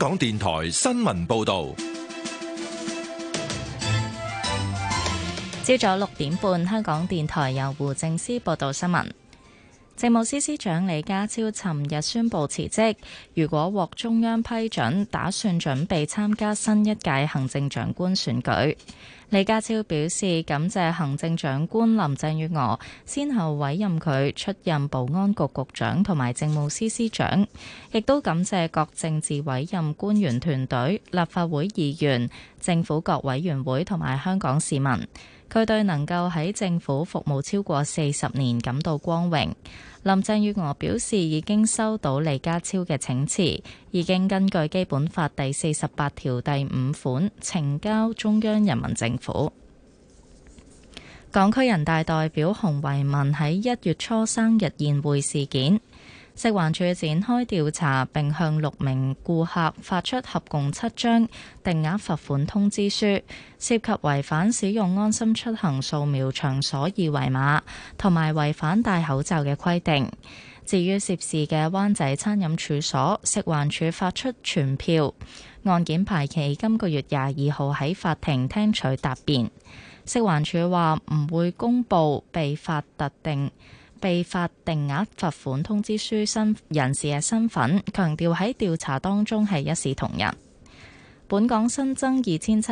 港電台新聞報道。 朝早6點半，香港電台由胡正思報道新聞。政務司司長李家超尋日宣布辭職，如果獲中央批准，打算準備參加新一屆行政長官選舉。李家超表示感謝行政長官林鄭月娥先後委任佢出任保安局局長同埋政務司司長，亦都感謝各政治委任官員團隊、立法會議員、政府各委員會同埋香港市民。佢對能夠喺政府服務超過40年感到光榮。林鄭月娥表示已經收到李家超嘅請辭，已經根據基本法第48條第5款呈交中央人民政府。港區人大代表洪為民喺1月初生日宴會事件，食環署展開調查，並向6名顧客發出合共7張定額罰款通知書，涉及違反使用安心出行掃描場所二維碼同埋違反戴口罩嘅規定。至於涉事嘅灣仔餐飲處所，食環署發出傳票，案件排期今個月22號喺法庭聽取答辯。食環署話唔會公佈被發定額罰款通知書人士嘅身份，強調喺調查當中係一視同仁。本港新增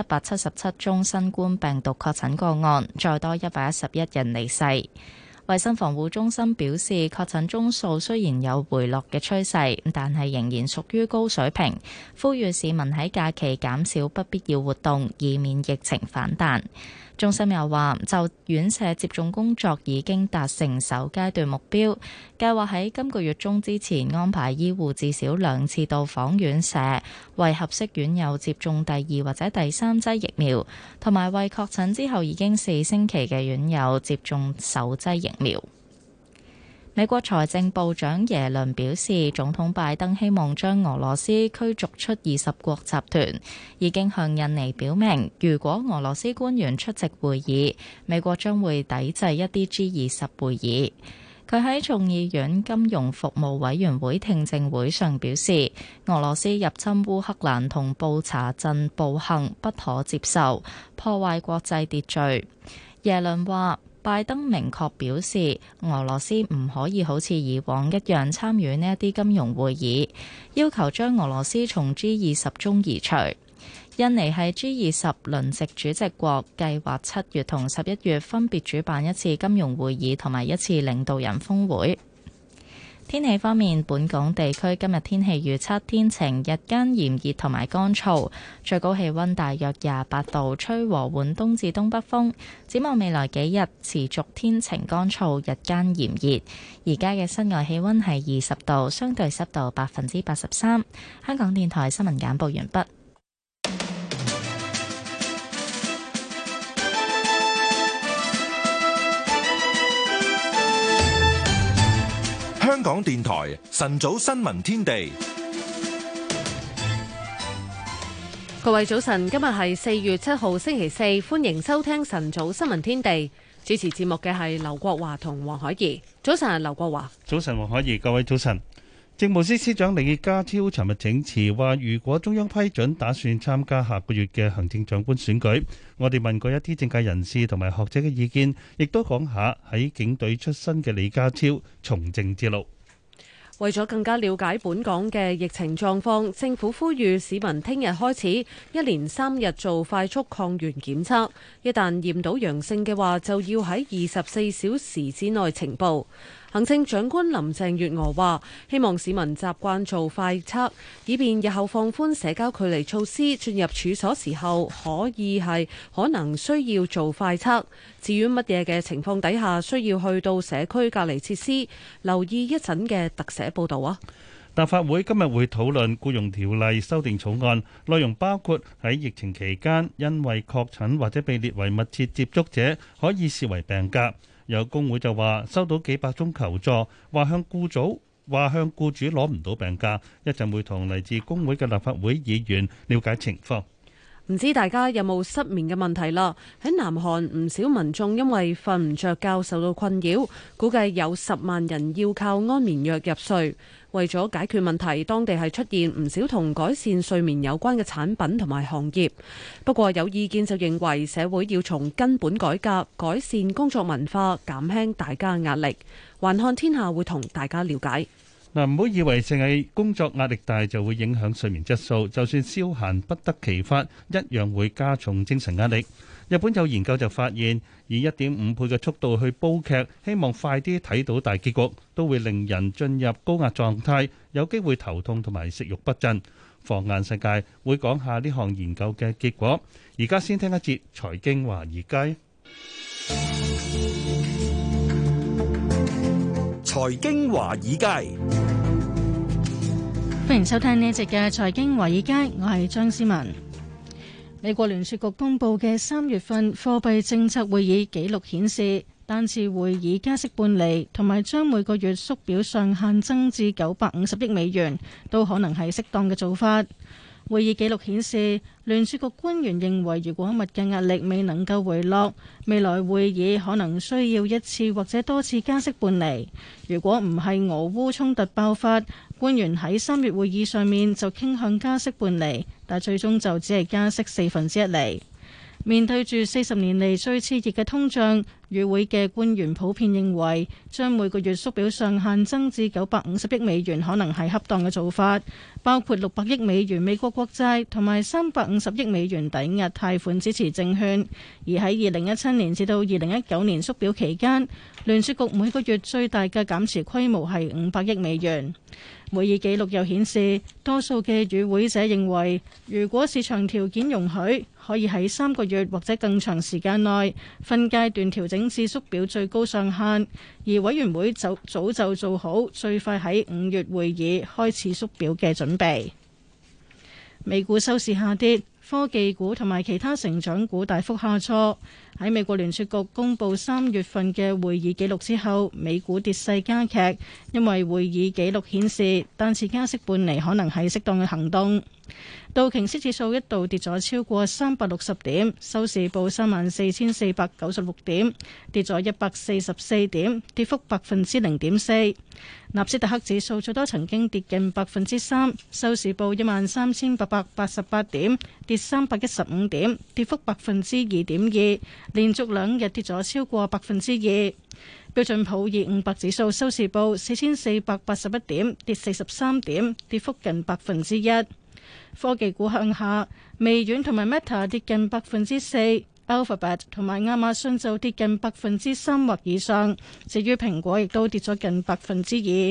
2777宗新冠病毒確診個案，再多111人離世。衛生防護中心表示，確診宗數雖然有回落嘅趨勢，但係仍然屬於高水平，呼籲市民喺假期減少不必要活動，以免疫情反彈。中心又話，就院舍接種工作已經達成首階段目標，計劃喺今個月中之前安排醫護至少2次到訪院舍，為合適院友接種第2或者第3劑疫苗，同埋為確診之後已經4星期嘅院友接種首劑疫苗。美國財政部長耶倫表示，總統拜登希望將俄羅斯驅逐出20國集團，已經向印尼表明，如果俄羅斯官員出席會議，美國將會抵制一啲 G20 會議。佢喺眾議院金融服務委員會聽證會上表示，俄羅斯入侵烏克蘭同布查鎮暴行不可接受，破壞國際秩序。耶倫話，拜登明確表示，俄羅斯唔可以好似以往一樣參與呢一啲金融會議，要求將俄羅斯從 G20 中移除。印尼係 G20 輪值主席國，計劃7月同11月分別主辦一次金融會議同埋一次領導人峰會。天氣方面，本港地區今日天氣預測天晴，日間炎熱同埋乾燥，最高氣溫大約28度，吹和緩東至東北風。展望未來幾日持續天晴乾燥，日間炎熱。而家嘅室外氣溫係20度，相對濕度83%。香港電台新聞簡報完畢。 香港電台晨早新聞天地， 各位早晨，今日係4月7號星期四，歡迎收聽晨早新聞天地。主持節目嘅係劉國華同黃海怡。早晨，劉國華。 早晨，黃海怡。各位早晨。政務司司長李家超尋日請辭，話如果中央批准，打算參加下個月嘅行政長官選舉。我哋問過一啲政界人士同埋學者嘅意見，亦都講下喺警隊出身嘅李家超從政之路。 為咗更加了解本港嘅疫情狀況，政府呼籲市民聽日開始一連3日做快速抗原檢測，一旦驗到陽性嘅話，就要喺24小時之內呈報。行政長官林鄭月娥話：希望市民習慣做快測，以便日後放寬社交距離措施，進入處所時候可能需要做快測。至於乜嘢嘅情況底下需要去到社區隔離設施，留意一陣嘅特寫報導啊！ 立法會今日會討論僱傭條例修訂草案，內容包括喺疫情期間因為確診或者被列為密切接觸者，可以視為病假。有工會就話收到幾百宗求助，話向僱主攞唔到病假，一陣會同嚟自工會嘅立法會議員了解情況。 唔知大家有冇失眠嘅問題啦？喺南韓唔少民眾因為瞓唔着覺受到困擾，估計有10萬人要靠安眠藥入睡。為咗解決問題，當地係出現唔少同改善睡眠有關嘅產品同埋行業。不過有意見就認為社會要從根本改革，改善工作文化，減輕大家壓力。環看天下會同大家了解。 嗱，唔好以為淨係工作壓力大就會影響睡眠質素，就算消閒不得其法，一樣會加重精神壓力。日本有研究就發現，以1.5倍嘅速度去煲劇，希望快啲睇到大結局，都會令人進入高壓狀態，有機會頭痛同埋食慾不振。放眼世界會講下呢項研究嘅結果。而家先聽一節財經華爾街。 財經華爾街， 歡迎收聽呢一節嘅財經華爾街，我係張思文。美國聯儲局公布嘅3月份貨幣政策會議記錄顯示，單次會議加息半厘，同埋將每個月縮表上限增至950億美元，都可能係適當嘅做法。會議記錄顯示，聯儲局官員認為，如果物價壓力未能夠回落，未來會議可能需要一次或者多次加息半厘。如果唔係俄烏衝突爆發，官員喺3月會議上面就傾向加息半厘，但最終就只係加息1/4厘。面對住40年嚟最熾熱嘅通脹，與會嘅官員普遍認為，將每個月縮表上限增至950億美元可能係恰當嘅做法，包括600億美元美國國債同埋350億美元抵押貸款支持證券。而喺2017年至到2019年縮表期間，聯儲局每個月最大嘅減持規模係500億美元。會議記錄又顯示，多數嘅與會者認為，如果市場條件容許，可以喺3個月或者更長時間內分階段調整至縮表最高上限，而委員會早就做好最快喺5月會議開始縮表嘅準備。美股收市下跌，科技股同埋其他成長股大幅下挫。喺美國聯儲局公布3月份嘅會議記錄之後，美股跌勢加劇，因為會議記錄顯示單次加息半厘可能係適當嘅行動。道瓊斯指數一度跌咗超過360點，收市報34,496點，跌咗144點，跌幅0.4%。納斯達克指數最多曾經跌近3%，收市報13,888點，跌315點，跌幅2.2%，連續2日跌咗超過2%。標準普爾500指數收市報4,481點，跌43點，跌幅近1%。科技股向下，微軟同埋 Meta 跌近4%，Alphabet 同埋亞馬遜就跌近3%或以上。至於蘋果亦都跌咗近2%。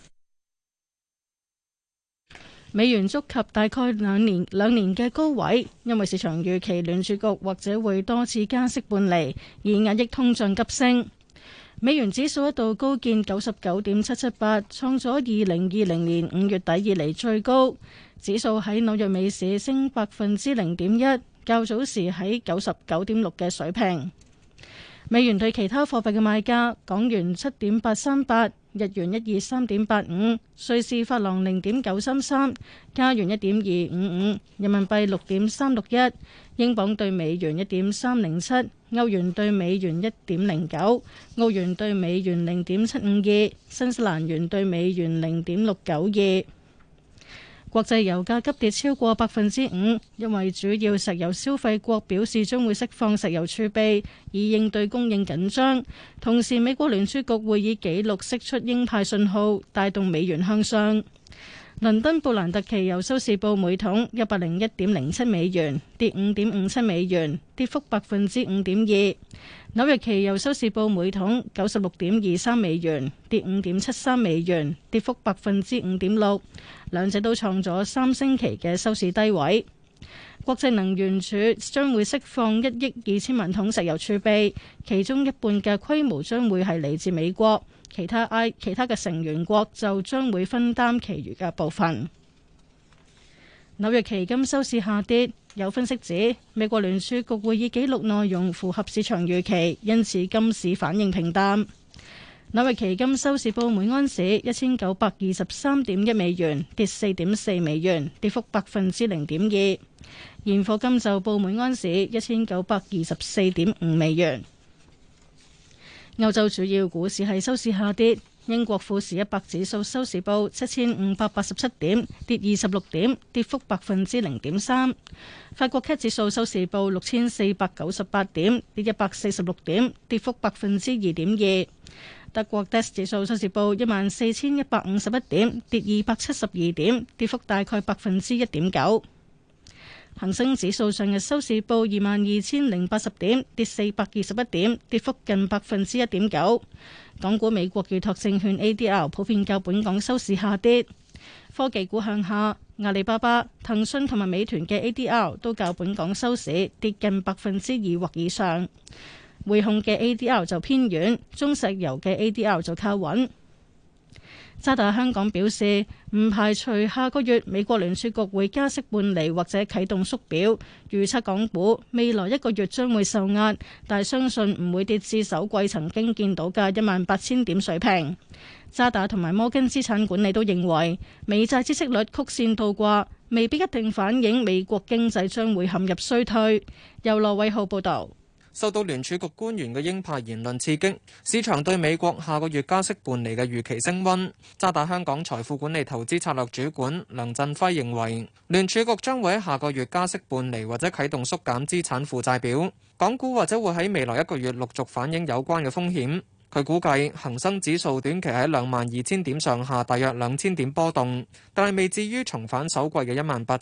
美元觸及大概兩年嘅高位，因為市場預期聯儲局或者會多次加息半厘，以壓抑通脹急升。美元指數一度高見99.778，創咗2020年5月底以嚟最高。指數喺紐約美市升0.1%，較早時喺99.6嘅水平。美元對其他貨幣嘅賣價：港元7.838，日元123.85，瑞士法郎0.933，加元1.255，人民幣6.361，英鎊對美元1.307，歐元對美元1.09，澳元對美元0.752，新西蘭元對美元0.692。國際油價急跌超過5%，因為主要石油消費國表示將會釋放石油儲備，以應對供應緊張。同時，美國聯儲局會議紀錄釋出鷹派信號，帶動美元向上。倫敦布蘭特期油收市報每桶101.07美元，跌5.57美元，跌幅5.2%。紐約期油收市報每桶96.23美元，跌5.73美元，跌幅5.6%。兩者都創咗3星期嘅收市低位。國際能源署將會釋放1億2千萬桶石油儲備，其中一半嘅規模將會係嚟自美國，其他嘅成員國就將會分擔其餘嘅部分。紐約期金收市下跌，有分析指美國聯儲局會議記錄內容符合市場預期，因此金市反應平淡。紐約期金收市報每盎司1923.1美元，跌4.4美元，跌幅0.2%。 現貨金就報每安士1924.5美元。歐洲主要股市係收市下跌。英國富時100指數收市報7587點，跌26點，跌幅0.3%。法國 CAC 指數收市報6498點，跌146點，跌幅2.2%。德國 DAX 指數收市報14151點，跌272點，跌幅大概1.9%。恒生指數上日收市報22,080點，跌421點，跌幅近1.9%。港股美國預託證券 ADR 普遍較本港收市下跌。科技股向下，阿里巴巴、騰訊同埋美團嘅 ADR 都較本港收市跌近2%或以上。匯控嘅 ADR 就偏軟，中石油嘅 ADR 就靠穩。渣打香港表示，唔排除下個月美國聯儲局會加息半釐或者啟動縮表，預測港股未來一個月將會受壓，但相信唔會跌至首季曾經見到嘅18,000點水平。渣打同埋摩根資產管理都認為，美債孳息率曲線倒掛，未必一定反映美國經濟將會陷入衰退。由羅偉浩報導。 受到聯儲局官員嘅鷹派言論刺激，市場對美國下個月加息半釐嘅預期升溫。渣打香港財富管理投資策略主管梁振輝認為，聯儲局將會喺下個月加息半釐或者啟動縮減資產負債表，港股或者會喺未來一個月陸續反映有關嘅風險。佢估計恒生指數短期喺22,000點上下大約2000點波動，但係未至於重返首季嘅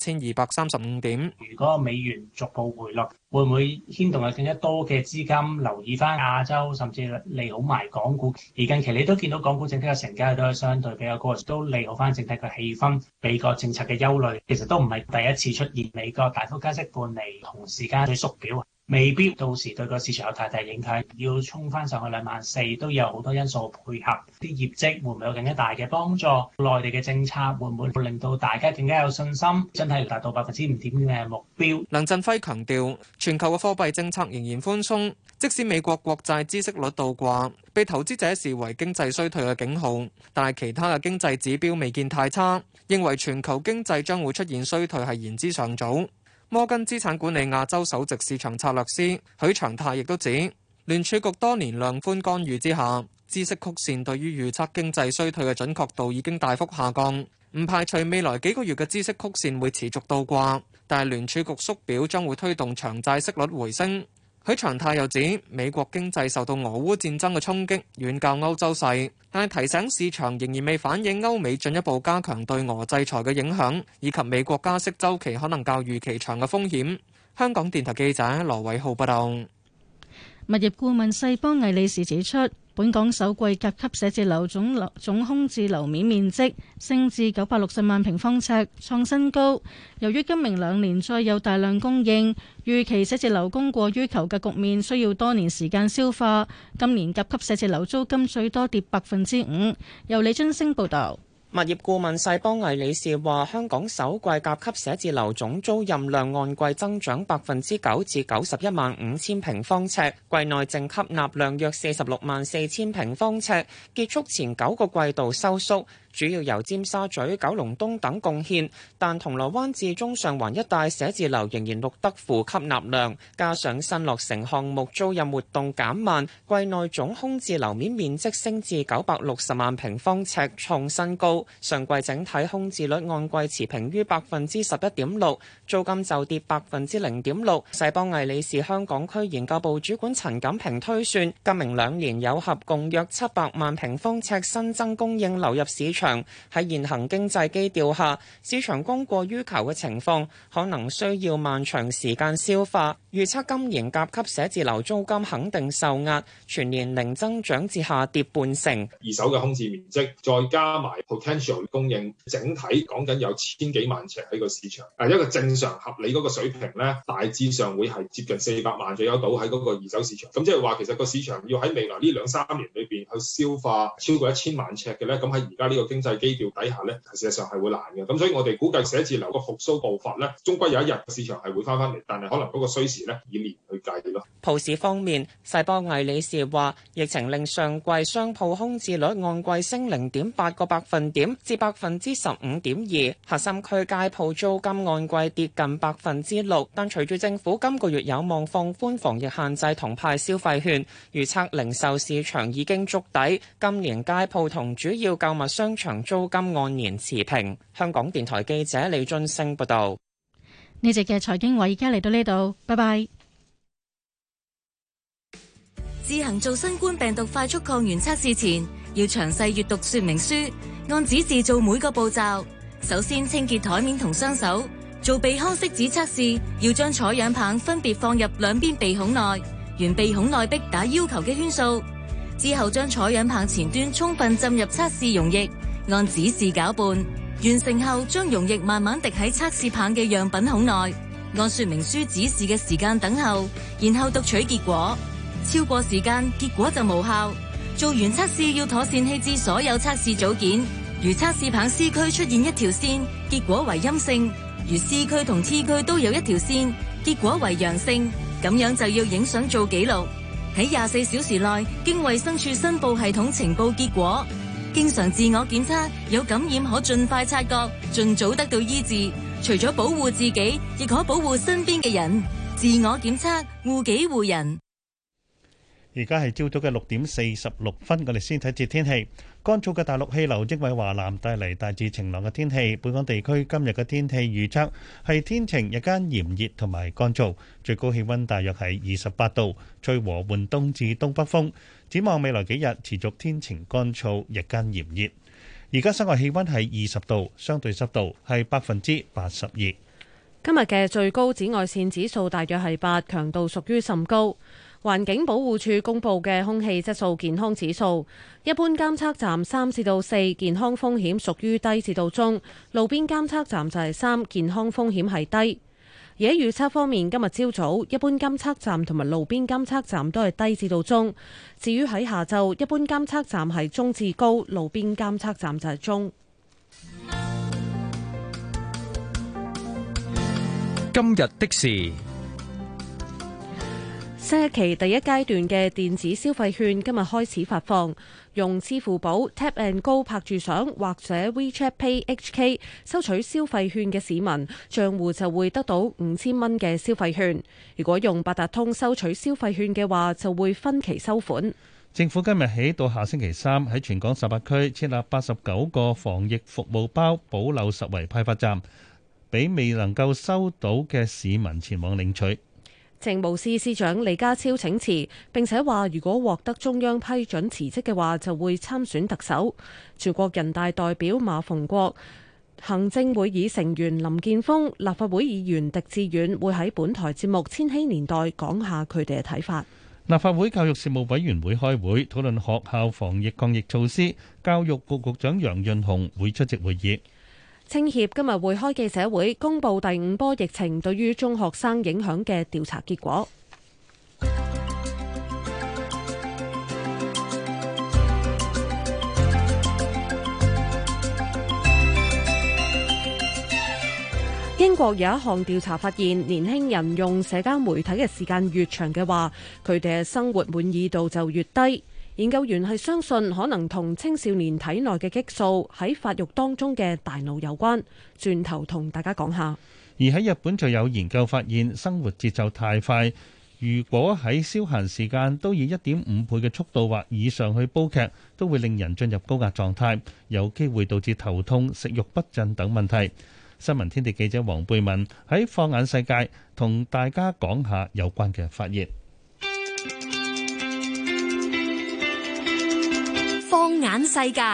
18,235點。 如果美元逐步回落，會唔會牽動有更加多嘅資金留意翻亞洲，甚至利好埋港股？而近期你都見到港股整體嘅成交都係相對比較高，都利好翻整體嘅氣氛。美國政策嘅憂慮其實都唔係第一次出現，美國大幅加息半釐，同時間去縮表。未必到時對個市場有太大影響，要衝翻上去24,000都有好多因素配合，啲業績會唔會有更加大嘅幫助？內地嘅政策會唔會令到大家更加有信心，真係達到5%嘅目標？ 梁振輝強調，全球嘅貨幣政策仍然寬鬆，即使美國國債孳息率倒掛，被投資者視為經濟衰退嘅警號，但係其他嘅經濟指標未見太差，認為全球經濟將會出現衰退係言之尚早。摩根資產管理亞洲首席市場策略師許長泰亦都指，聯儲局多年量寬干預之下，孳息曲線對於預測經濟衰退嘅準確度已經大幅下降，唔排除未來幾個月嘅孳息曲線會持續倒掛，但係聯儲局縮表將會推動長債息率回升。許長泰又指，美國經濟受到俄烏戰爭嘅衝擊，遠較歐洲細，但係提醒市場仍然未反映歐美進一步加強對俄制裁嘅影響，以及美國加息週期可能較預期長嘅風險。香港電台記者羅偉浩報道。 物業顧問世邦魏理仕指出，本港首季甲級寫字樓總空置樓面面積升至960萬平方尺，創新高。由於今明兩年再有大量供應，預期寫字樓供過於求嘅局面需要多年時間消化。今年甲級寫字樓租金最多跌5%。由李津升報導。 物業顧問世邦魏理仕話：香港首季甲級寫字樓總租賃量按季增長9%至915000平方尺，季內淨吸納量約464000平方尺，結束前9個季度收縮。主要由尖沙咀、九龍東等貢獻，但銅鑼灣至中上環一帶寫字樓仍然錄得負吸納量，加上新落成項目租賃活動減慢，季內總空置樓面面積升至960萬平方尺，創新高。上季整體空置率按季持平於11.6%，租金就跌0.6%。世邦魏理仕香港區研究部主管陳錦平推算，今明兩年有合共約700萬平方尺新增供應流入市場。喺現行經濟基調下，市場供過於求嘅情況可能需要漫長時間消化。預測今年甲級寫字樓租金肯定受壓，全年零增長至下跌半成。 二手嘅空置面積再加埋 potential 供應，整體講緊有1000幾萬尺喺個市場。一個正常合理嗰個水平咧，大致上會係接近400萬左右到喺嗰個二手市場。咁即係話，其實個市場要喺未來呢2-3年裏邊去消化超過1000萬尺嘅咧，咁喺而家呢個經濟基調底下咧，事實上係會難嘅。咁所以我哋估計寫字樓個復甦步伐咧，終歸有一日市場係會翻嚟，但係可能嗰個需時咧以年去計咯。 鋪市方面，世邦魏理仕話，疫情令上季商鋪空置率按季升0.8個百分點至15.2%，核心區街鋪租金按季跌近6%，但隨住政府今個月有望放寬防疫限制同派消費券，預測零售市場已經築底，今年街鋪同主要購物商場租金按年持平。香港電台記者李俊升報道。 呢節嘅財經話，而家嚟到呢度，拜拜。 自行做新冠病毒快速抗原測試前，要詳細閱讀說明書，按指示做每個步驟。首先清潔台面同雙手。做鼻腔拭子測試，要將採樣棒分別放入兩邊鼻孔內，沿鼻孔內壁打要求嘅圈數。之後將採樣棒前端充分浸入測試溶液，按指示攪拌。完成後，將溶液慢慢滴喺測試棒嘅樣品孔內，按說明書指示嘅時間等候，然後讀取結果。超過時間，結果就無效。做完測試要妥善棄置所有測試組件。如測試棒 C 區出現一條線，結果為陰性；如 C 區同 T 區都有一條線，結果為陽性。咁樣就要影相做記錄，喺24小時內經衛生署申報系統呈報結果。經常自我檢測，有感染可盡快察覺，盡早得到醫治。除咗保護自己，亦可保護身邊嘅人。自我檢測，護己護人。 而家係朝早嘅6:46，我哋先睇節天氣。乾燥嘅大陸氣流正為華南帶嚟大致晴朗嘅天氣。本港地區今日嘅天氣預測係天晴，日間炎熱同埋乾燥，最高氣溫大約係28度，吹和緩東至東北風。展望未來幾日持續天晴乾燥，日間炎熱。而家室外氣溫係20度，相對濕度係82%。 今日嘅最高紫外線指數大約係8，強度屬於甚高。環境保護署公布嘅空氣質素健康指數，一般監測站3至4，健康風險屬於低至到中；路邊監測站就係3，健康風險係低。而喺預測方面，今日朝早一般監測站同埋路邊監測站都係低至到中。至於喺下晝，一般監測站係中至高，路邊監測站就係中。 今日的事。 新一期第一階段嘅電子消費券今日開始發放，用支付寶 Tap and Go 拍住相或者 WeChat Pay HK 收取消費券嘅市民，賬戶就會得到5000蚊嘅消費券。如果用八達通收取消費券嘅話，就會分期收款。 政府今日起到下星期三喺全港18區設立89個防疫服務包保留實惠派發站，俾未能夠收到嘅市民前往領取。 政務司司長李家超請辭，並且話如果獲得中央批准辭職嘅話，就會參選特首。全國人大代表馬逢國、行政會議成員林健鋒、立法會議員狄志遠會喺本台節目《千禧年代》講下佢哋嘅睇法。 立法會教育事務委員會開會討論學校防疫抗疫措施，教育局局長楊潤雄會出席會議。 青協今日會開記者會，公布第5波疫情對於中學生影響嘅調查結果。英國有一項調查發現，年輕人用社交媒體嘅時間越長嘅話，佢哋嘅生活滿意度就越低。研究員係相信可能同青少年體內嘅激素喺發育當中嘅大腦有關。轉頭同大家講下。 而喺日本就有研究發現，生活節奏太快，如果喺消閒時間都以1.5倍嘅速度或以上去煲劇，都會令人進入高壓狀態，有機會導致頭痛、食慾不振等問題。新聞天地記者黃貝文喺放眼世界同大家講下有關嘅發現。 放眼世界，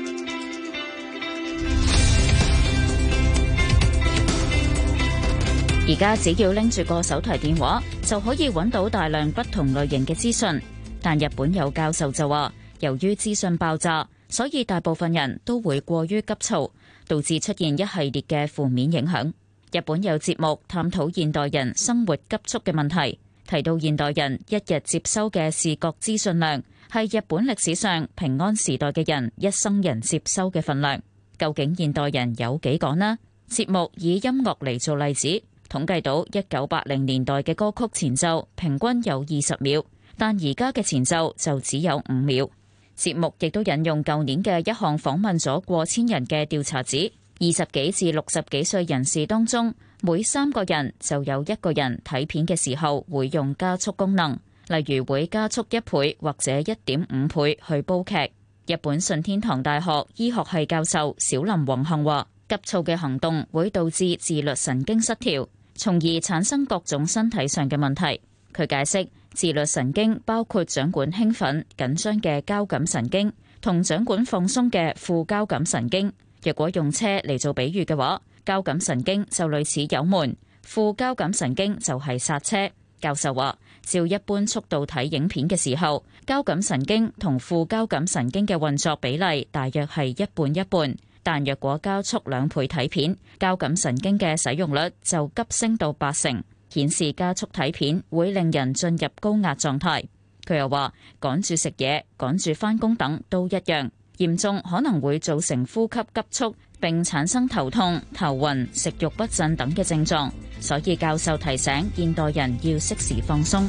而家只要拎住個手提電話，就可以揾到大量不同類型嘅資訊。但日本有教授就話，由於資訊爆炸，所以大部分人都會過於急躁，導致出現一系列嘅負面影響。日本有節目探討現代人生活急速嘅問題，提到現代人一日接收嘅視覺資訊量係日本歷史上平安時代嘅人一生人接收嘅份量。究竟現代人有幾趕呢？節目以音樂嚟做例子， 統計到1980年代嘅歌曲前奏平均有20秒，但而家嘅前奏就只有5秒。節目亦都引用舊年嘅一項訪問咗過千人嘅調查指，20幾至60幾歲人士當中，每3個人就有1個人睇片嘅時候會用加速功能，例如會加速1倍或者1.5倍去煲劇。日本順天堂大學醫學系教授小林宏幸話，急躁嘅行動會導致自律神經失調，從而產生各種身體上嘅問題。佢解釋，自律神經包括掌管興奮、緊張嘅交感神經同掌管放鬆嘅副交感神經。若果用車嚟做比喻嘅話，交感神經就類似油門，副交感神經就係剎車。教授話，照一般速度睇影片嘅時候，交感神經同副交感神經嘅運作比例大約係1半1半。但若果加速2倍睇片，交感神經嘅使用率就急升到80%，顯示加速睇片會令人進入高壓狀態。佢又話，趕住食嘢、趕住返工等都一樣，嚴重可能會造成呼吸急促，並產生頭痛、頭暈、食慾不振等嘅症狀。所以教授提醒現代人要適時放鬆。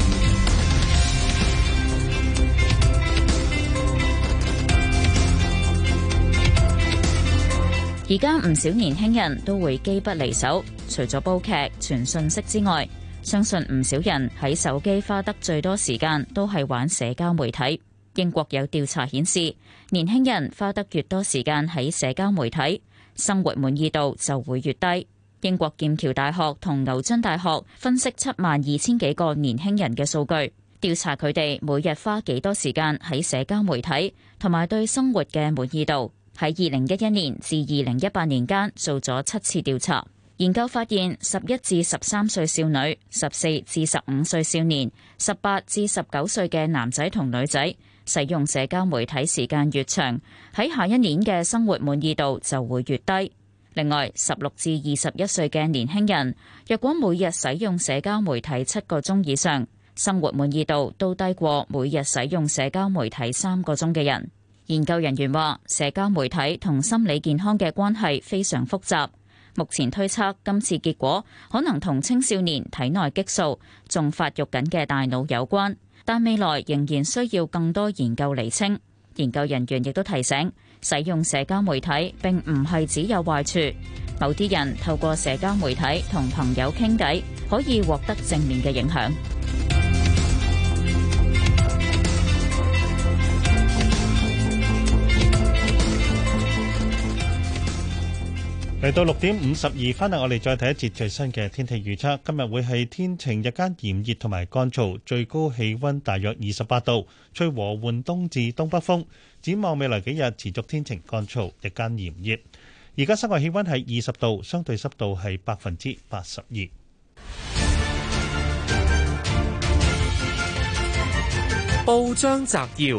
而家唔少年輕人都會機不離手，除咗煲劇、傳訊息之外，相信唔少人喺手機花得最多時間都係玩社交媒體。英國有調查顯示，年輕人花得越多時間喺社交媒體，生活滿意度就會越低。英國劍橋大學同牛津大學分析72000幾個年輕人嘅數據，調查佢哋每日花幾多時間喺社交媒體，同埋對生活嘅滿意度。喺2011年至2018年間做咗7次調查，研究發現11至13歲少女、14至15歲少年、18至19歲嘅男仔同女仔，使用社交媒體時間越長，喺下一年嘅生活滿意度就會越低。另外，16至21歲嘅年輕人，若果每日使用社交媒體7個鐘以上，生活滿意度都低過每日使用社交媒體3個鐘嘅人。研究人員話，社交媒體同心理健康嘅關係非常複雜。目前推測今次結果可能同青少年體內激素仲發育緊嘅大腦有關，但未來仍然需要更多研究釐清。研究人員亦都提醒，使用社交媒體並唔係只有壞處，某啲人透過社交媒體同朋友傾偈，可以獲得正面嘅影響。 嚟到6:52分啦，我哋再睇一節最新嘅天氣預測。今日會係天晴，日間炎熱同埋乾燥，最高氣溫大約28度，吹和緩東至東北風。展望未來幾日持續天晴乾燥，日間炎熱。而家室外氣溫係20度，相對濕度係82%。 報章摘要，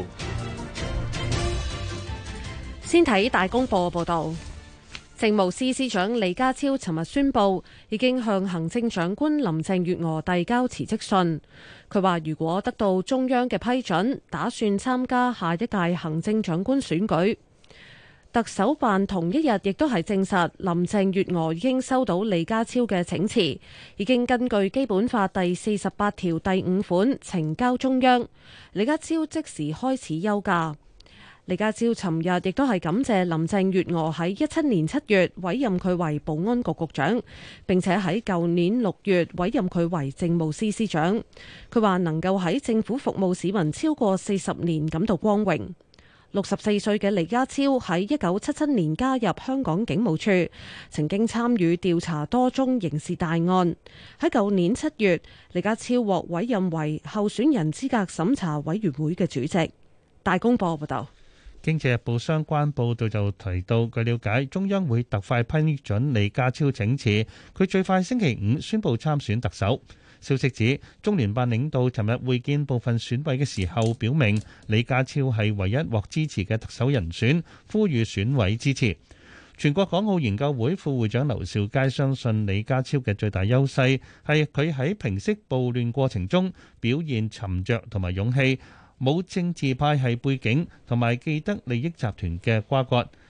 先睇大公報報道。政務司司長李家超尋日宣布，已經向行政長官林鄭月娥遞交辭職信。佢話如果得到中央嘅批准，打算參加下一屆行政長官選舉。特首辦同一日亦都係證實，林鄭月娥已經收到李家超嘅請辭，已經根據基本法第48條第5款呈交中央。李家超即時開始休假。李家超尋日亦都係感謝林鄭月娥喺17年7月委任佢為保安局局長，並且喺舊年6月委任佢為政務司司長。佢話能夠喺政府服務市民超過40年感到光榮。64歲嘅李家超喺1977年加入香港警務處，曾經參與調查多宗刑事大案。喺舊年7月，李家超獲委任為候選人資格審查委員會嘅主席。大公報報道。 經濟日報相關報導就提到，據了解，中央會特快批准李家超請辭，佢最快星期5宣布參選特首。消息指，中聯辦領導尋日會見部分選委嘅時候，表明李家超係唯一獲支持嘅特首人選，呼籲選委支持。全國港澳研究會副會長劉兆佳相信李家超嘅最大優勢係佢喺平息暴亂過程中表現沉着同埋勇氣，冇政治派系背景同埋既得利益集團嘅瓜葛，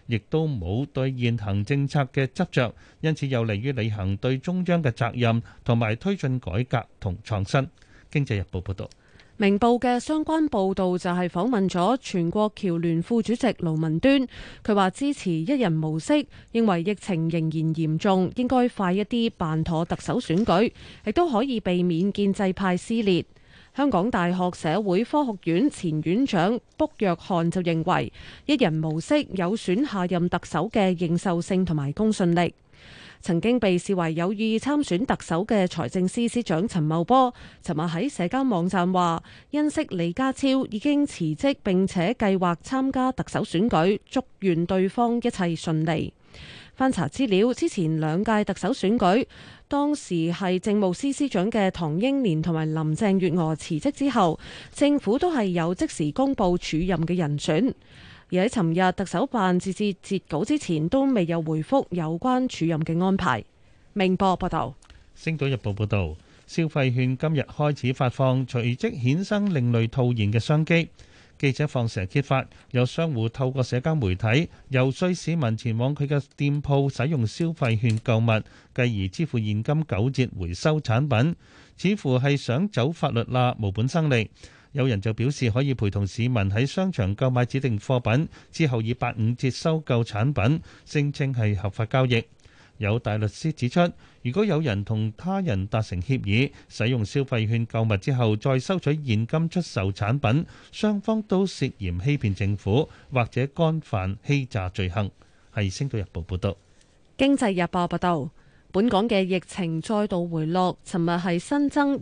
亦都冇對現行政策嘅執着，因此有利於履行對中央嘅責任同埋推進改革同創新。經濟日報報導。 明報嘅相關報導就係訪問咗全國僑聯副主席盧文端，佢話支持一人模式，認為疫情仍然嚴重，應該快一啲辦妥特首選舉，亦都可以避免建制派撕裂。香港大學社會科學院前院長卜約翰就認為，一人模式有損下任特首嘅認受性同埋公信力。曾經被視為有意參選特首嘅財政司司長陳茂波，尋日喺社交網站話，欣悉李家超已經辭職並且計劃參加特首選舉，祝願對方一切順利。翻查資料，之前兩屆特首選舉，當時係政務司司長嘅唐英年同埋林鄭月娥辭職之後，政府都係有即時公布署任嘅人選。而喺尋日特首辦截至截稿之前，都未有回覆有關署任嘅安排。明報報道。 星島日報報道，消費券今日開始發放，隨即衍生另類套現嘅商機。記者放蛇揭發，有商戶透過社交媒體遊說市民前往佢嘅店鋪使用消費券購物，繼而支付現金9折回收產品，似乎係想走法律罅，無本生利。有人就表示可以陪同市民喺商場購買指定貨品，之後以85折收購產品，聲稱係合法交易。有大律師指出，如果有人同他人達成協議，使用消費券購物之後再收取現金出售產品，雙方都涉嫌欺騙政府或者干犯欺詐罪行。係《星島日報》報道。《 經濟日報》報道。本港嘅疫情再度回落，尋日係新增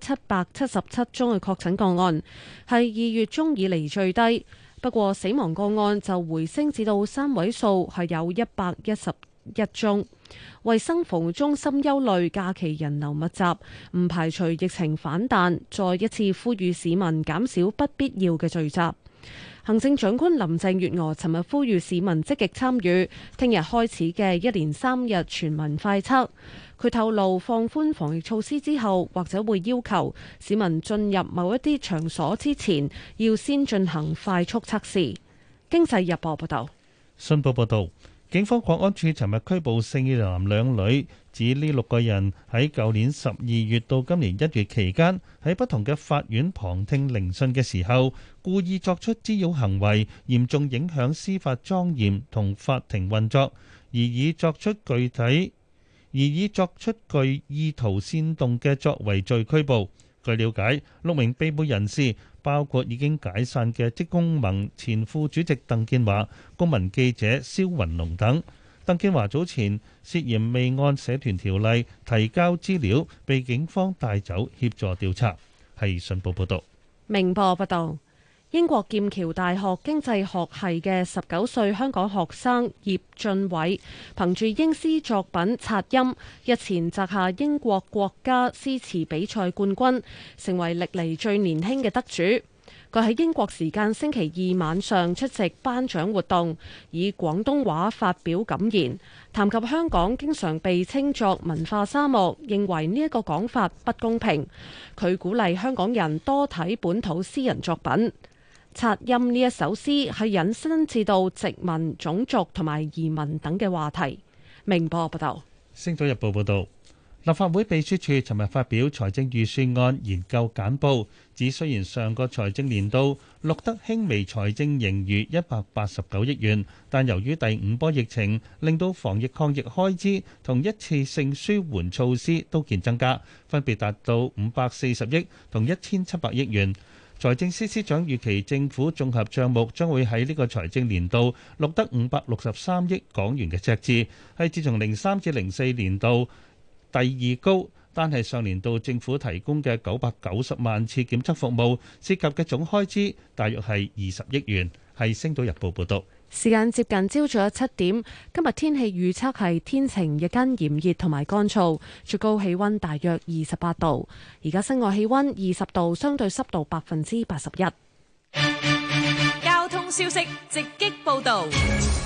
2777宗嘅確診個案，係2月中以嚟最低。不過死亡個案就回升至到3位數，係有111宗。衛生防護中心憂慮假期人流密集，唔排除疫情反彈，再一次呼籲市民減少不必要嘅聚集。行政長官林鄭月娥尋日呼籲市民積極參與聽日開始嘅1連3日全民快測。佢透露放寬防疫措施之後，或者會要求市民進入某一啲場所之前，要先進行快速測試。經濟日報報道。 信報報導。警方國安處尋日拘捕4男2女，指呢6個人喺舊年12月到今年1月期間，喺不同嘅法院旁聽聆訊嘅時候，故意作出滋擾行為，嚴重影響司法莊嚴同法庭運作，而以作出具意圖煽動嘅作為罪拘捕。據了解，6名被捕人士包括已經解散嘅職工盟前副主席鄧建華、公民記者蕭雲龍等。鄧建華早前涉嫌未按社團條例提交資料，被警方帶走協助調查。係信報報導。 明報報導。英國劍橋大學經濟學系嘅19歲香港學生葉俊偉，憑住英詩作品《擦音》，日前摘下英國國家詩詞比賽冠軍，成為歷嚟最年輕嘅得主。佢喺英國時間星期2晚上出席頒獎活動，以廣東話發表感言，談及香港經常被稱作文化沙漠，認為呢一個講法不公平。佢鼓勵香港人多睇本土詩人作品。擦音呢一首詩係引申至到殖民、種族同埋移民等嘅話題。明報報道。 星島日報報道，立法會秘書處尋日發表財政預算案研究簡報，指雖然上個財政年度錄得輕微財政盈餘189億元，但由於第5波疫情令到防疫抗疫開支同一次性舒緩措施都見增加，分別達到540億同1700億元。財政司司長預期政府綜合帳目將會喺呢個財政年度錄得563億港元嘅赤字，係自從03至04年度第2高，單係上年度政府提供嘅990萬次檢測服務涉及嘅總開支大約係20億元。係星島日報報導。 時間接近朝早7點，今日天氣預測係天晴，日間炎熱同埋乾燥，最高氣溫大約28度。而家室外氣溫20度，相對濕度81%。 交通消息直擊報導。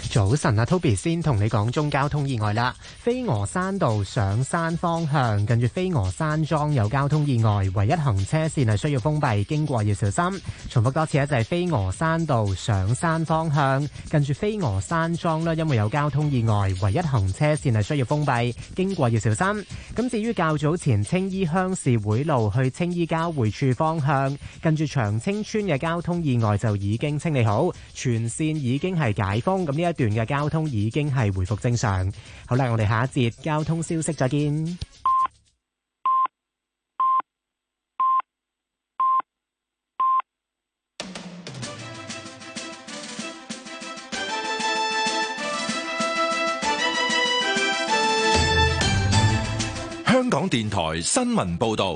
早晨啊 ，Toby 先同你講中交通意外啦。飛鵝山道上山方向，近住飛鵝山莊有交通意外，唯一行車線係需要封閉，經過要小心。重複多次咧，就係飛鵝山道上山方向，近住飛鵝山莊啦，因為有交通意外，唯一行車線係需要封閉，經過要小心。咁至於較早前青衣鄉事會路去青衣交匯處方向，近住長青村嘅交通意外就已經清理好，全線已經係解封，咁呢一段嘅交通已經係回復正常。好啦，我哋下一節交通消息再見。 香港電台新聞報道。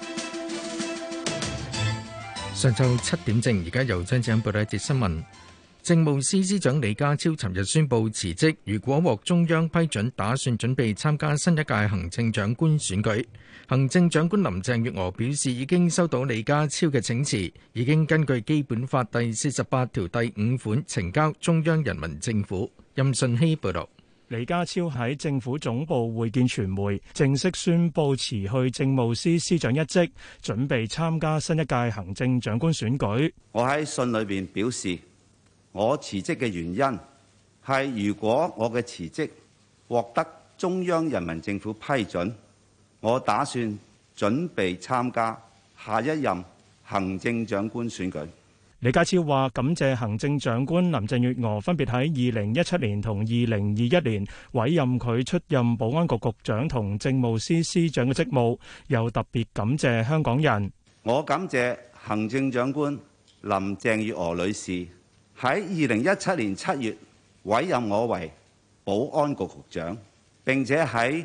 上晝7點正，而家由張子欣報道一節新聞。政務司司長李家超尋日宣布辭職，如果獲中央批准，打算準備參加新一屆行政長官選舉。行政長官林鄭月娥表示，已經收到李家超嘅請辭，已經根據基本法第48條第5款呈交中央人民政府。任順熙報道。 李家超喺政府總部會見傳媒，正式宣布辭去政務司司長一職，準備參加新一屆行政長官選舉。 我喺信裏邊表示，我辭職嘅原因係如果我嘅辭職獲得中央人民政府批准，我打算準備參加下一任行政長官選舉。 李家超話感謝行政長官林鄭月娥分別喺2017年同2021年委任佢出任保安局局長同政務司司長嘅職務，又特別感謝香港人。 我感謝行政長官林鄭月娥女士喺2017年7月委任我為保安局局長，並且喺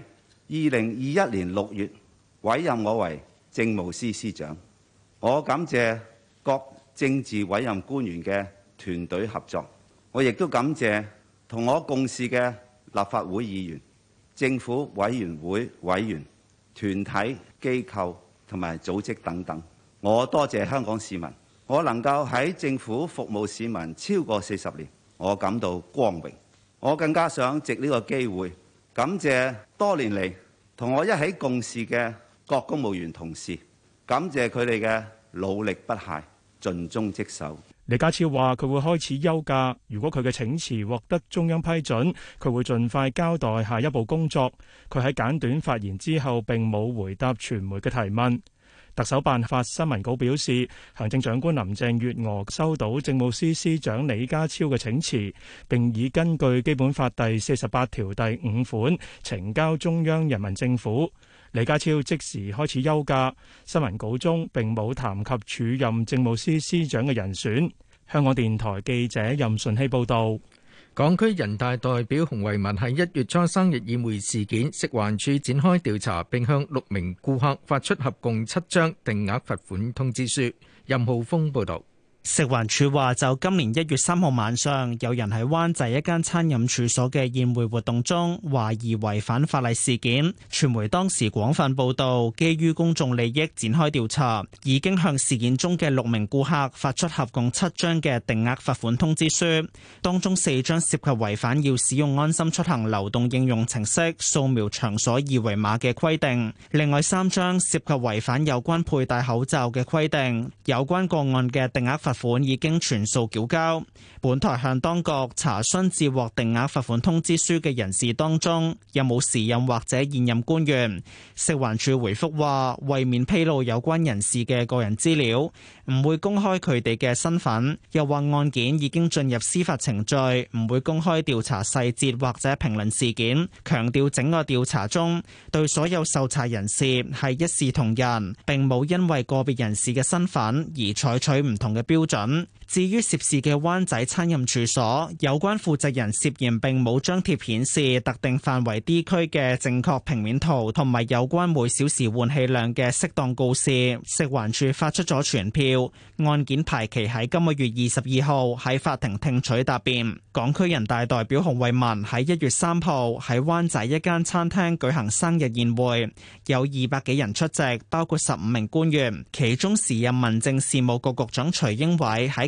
2021年6月委任我為政務司司長。我感謝各政治委任官員嘅團隊合作，我亦都感謝同我共事嘅立法會議員、政府委員會委員、團體機構同埋組織等等。我多謝香港市民，我能夠喺政府服務市民超過40年，我感到光榮。我更加想藉呢個機會感謝多年嚟同我一起共事嘅各公務員同事，感謝佢哋嘅努力不懈、盡忠職守。 李家超話佢會開始休假，如果佢嘅請辭獲得中央批准，佢會盡快交代下一步工作。佢喺簡短發言之後並冇回答傳媒嘅提問。特首辦發新聞稿表示，行政長官林鄭月娥收到政務司司長李家超嘅請辭，並已根據基本法第48條第5款呈交中央人民政府。李家超即時開始休假，新聞稿中並冇談及署任政務司司長嘅人選。香港電台記者任順希報導。 港區人大代表洪為民喺1月初生日宴會事件，食環署展開調查，並向6名顧客發出合共7張定額罰款通知書。任浩峰報導。 食環署話，就今年1月3號晚上有人喺灣仔一間餐飲處所嘅宴會活動中懷疑違反法例事件，傳媒當時廣泛報導，基於公眾利益展開調查，已經向事件中嘅6名顧客發出合共7張嘅定額罰款通知書，當中4張涉及違反要使用安心出行流動應用程式掃描場所二維碼嘅規定，另外3張涉及違反有關佩戴口罩嘅規定。有關個案嘅定額罰款已經全數繳交。本台向當局查詢接獲定額罰款通知書嘅人士當中有冇時任或者現任官員。食環署回覆話，為免披露有關人士嘅個人資料，唔會公開佢哋嘅身份。又話案件已經進入司法程序，唔會公開調查細節或者評論事件。強調整個調查中對所有受查人士係一視同仁，並冇因為個別人士嘅身份而採取唔同嘅標準。至於涉事嘅灣仔餐飲處所，有關負責人涉嫌並冇張貼顯示特定範圍 D 區嘅正確平面圖，同埋有關每小時換氣量嘅適當告示。食環署發出咗傳票，案件排期喺今個月22號喺法庭聽取答辯。港區人大代表洪為民喺1月3號喺灣仔一間餐廳舉行生日宴會，有200幾人出席，包括15名官員，其中時任民政事務局局長徐英偉喺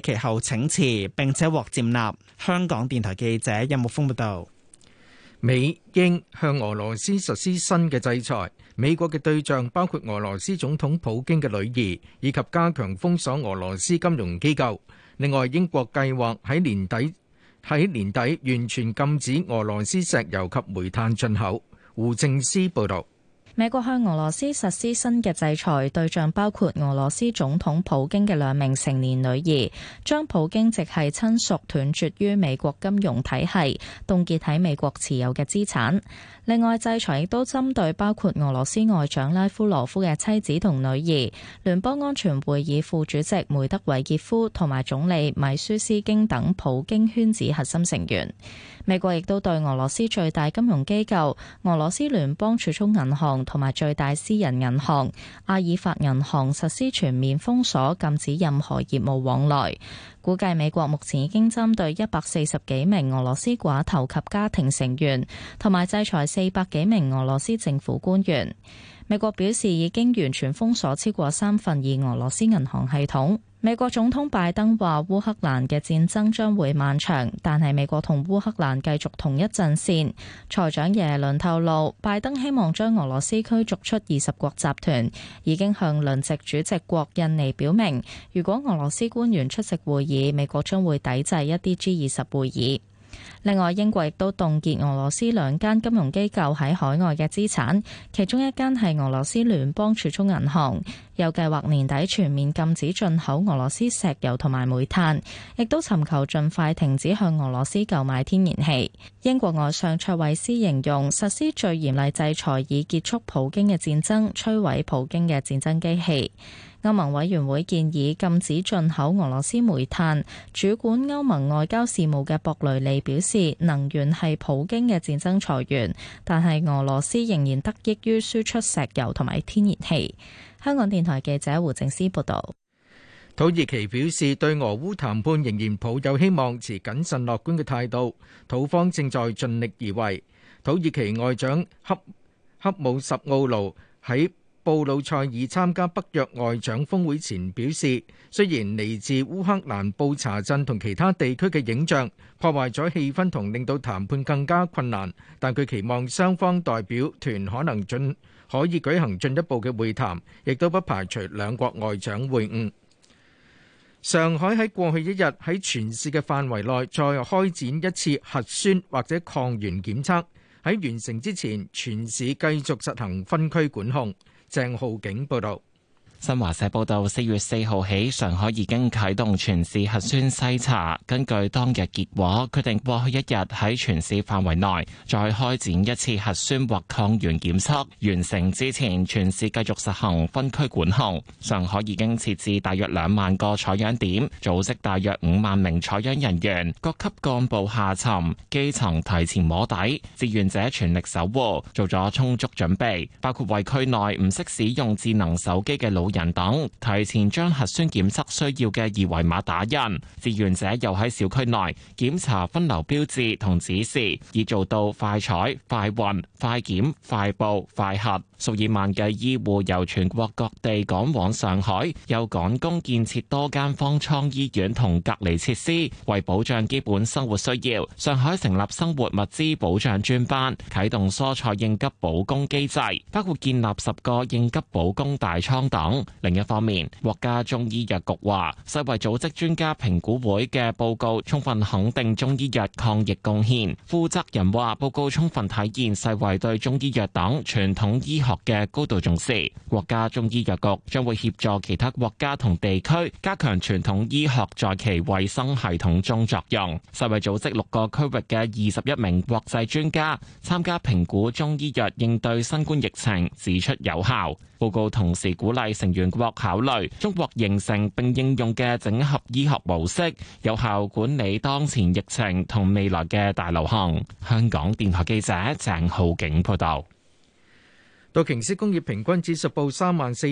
其後請辭並且獲接納。香港電台記者任木峰報道。 美英向俄羅斯實施新嘅制裁，美國嘅對象包括俄羅斯總統普京嘅女兒，以及加強封鎖俄羅斯金融機構。另外，英國計劃喺年底完全禁止俄羅斯石油及煤炭進口。胡正思報導。 美國向俄羅斯實施新嘅制裁，對象包括俄羅斯總統普京嘅2名成年女兒，將普京直系親屬斷絕於美國金融體系，凍結喺美國持有嘅資產。另外，制裁亦都針對包括俄羅斯外長拉夫羅夫嘅妻子同女兒、聯邦安全會議副主席梅德韋傑夫同埋總理米舒斯京等普京圈子核心成員。美國亦都對俄羅斯最大金融機構俄羅斯聯邦儲蓄銀行同埋最大私人銀行阿爾法銀行實施全面封鎖，禁止任何業務往來。估計美國目前已經針對140幾名俄羅斯寡頭及家庭成員，同埋制裁400幾名俄羅斯政府官員。美國表示已經完全封鎖超過2/3俄羅斯銀行系統。美國總統拜登話烏克蘭嘅戰爭將會漫長，但係美國同烏克蘭繼續同一陣線。財長耶倫透露，拜登希望將俄羅斯驅逐出20國集團，已經向輪值主席國印尼表明，如果俄羅斯官員出席會議，美國將會抵制一啲 G20 會議。另外，英國亦都凍結俄羅斯2間金融機構喺海外嘅資產，其中一間係俄羅斯聯邦儲蓄銀行，又計劃年底全面禁止進口俄羅斯石油同埋煤炭，亦都尋求盡快停止向俄羅斯購買天然氣。英國外相卓慧思形容實施最嚴厲制裁以結束普京嘅戰爭，摧毀普京嘅戰爭機器。歐盟委員會建議禁止進口俄羅斯煤炭。主管歐盟外交事務嘅博雷利表示，能源係普京嘅戰爭財源，但係俄羅斯仍然得益於輸出石油同埋天然氣。香港電台記者胡正思報道。 土耳其表示對俄烏談判仍然抱有希望，持謹慎樂觀嘅態度。土方正在盡力而為。土耳其外長恰武什奧盧喺布魯塞爾參加北約外長峰會前表示，雖然嚟自烏克蘭布查鎮同其他地區嘅影像破壞咗氣氛同令到談判更加困難，但佢期望雙方代表團可以舉行進一步嘅會談，亦都不排除兩國外長會晤。上海喺過去一日喺全市嘅範圍內再開展一次核酸或者抗原檢測，喺完成之前，全市繼續實行分區管控。鄭浩景報道。 新華社報道，4月4號起，上海已經啟動全市核酸篩查。根據當日結果，決定過去一日喺全市範圍內再開展一次核酸或抗原檢測。完成之前，全市繼續實行分區管控。上海已經設置大約2萬個採樣點，組織大約5萬名採樣人員，各級幹部下沉，基層提前摸底，志願者全力守護，做咗充足準備，包括為區內唔識使用智能手機嘅老人等提前將核酸檢測需要嘅二維碼打印，志願者又喺小區內檢查分流標誌同指示，以做到快採、快運、快檢、快報、快核。數以萬計醫護由全國各地趕往上海，又趕工建設多間方艙醫院同隔離設施，為保障基本生活需要，上海成立生活物資保障專班，啟動蔬菜應急保供機制，包括建立10個應急保供大倉等。另一方面，國家中醫藥局話，世衛組織專家評估會嘅報告充分肯定中醫藥抗疫貢獻。負責人話，報告充分體現世衛對中醫藥等傳統醫學嘅高度重視。國家中醫藥局將會協助其他國家同地區加強傳統醫學在其衛生系統中作用。世衛組織6個區域嘅21名國際專家參加評估中醫藥應對新冠疫情，指出有效。報告同時鼓勵成員國考慮中國形成並應用嘅整合醫學模式，有效管理當前疫情同未來嘅大流行。香港電台記者鄭浩景報道。 道瓊斯工業平均指數報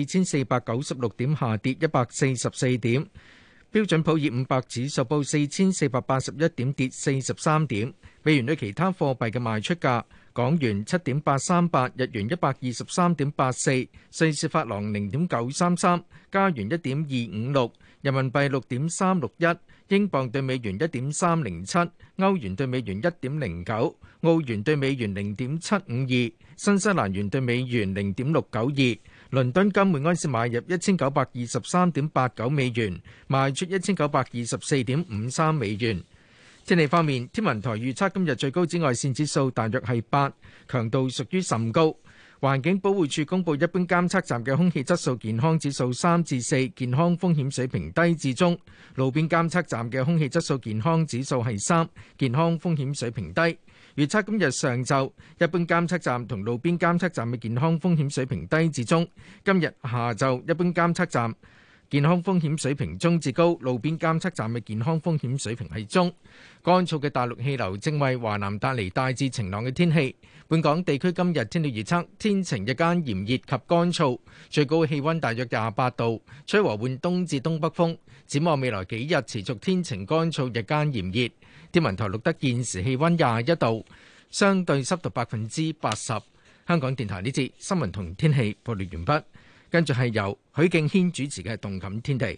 34,496點，下跌144點。標準普爾500指數報4,481點，跌43點。美元對其他貨幣嘅賣出價： 港元7.838，日元123.84，瑞士法郎0.933，加元1.256，人民幣6.361，英鎊對美元1.307，歐元對美元1.09，澳元對美元0.752，新西蘭元對美元0.692。倫敦金每安士買入1923.89美元，賣出1924.53美元。天氣方面，天文台預測今日最高紫外線指數大約係8，強度屬於甚高。環境保護署公布一般監測站嘅空氣質素健康指數3至4，健康風險水平低至中；路邊監測站嘅空氣質素健康指數係3，健康風險水平低。預測今日上晝一般監測站同路邊監測站嘅健康風險水平低至中；今日下晝一般監測站健康風險水平中至高，路邊監測站嘅健康風險水平係中。乾燥嘅大陸氣流正為華南帶嚟大致晴朗嘅天氣。本港地區今日天氣預測，天晴，日間炎熱及乾燥，最高氣溫大約28度，吹和緩東至東北風。展望未來幾日持續天晴乾燥，日間炎熱。天文台錄得現時氣溫21度，相對濕度80%。香港電台呢節新聞同天氣報道完畢。跟住係由許敬軒主持嘅《動感天地》。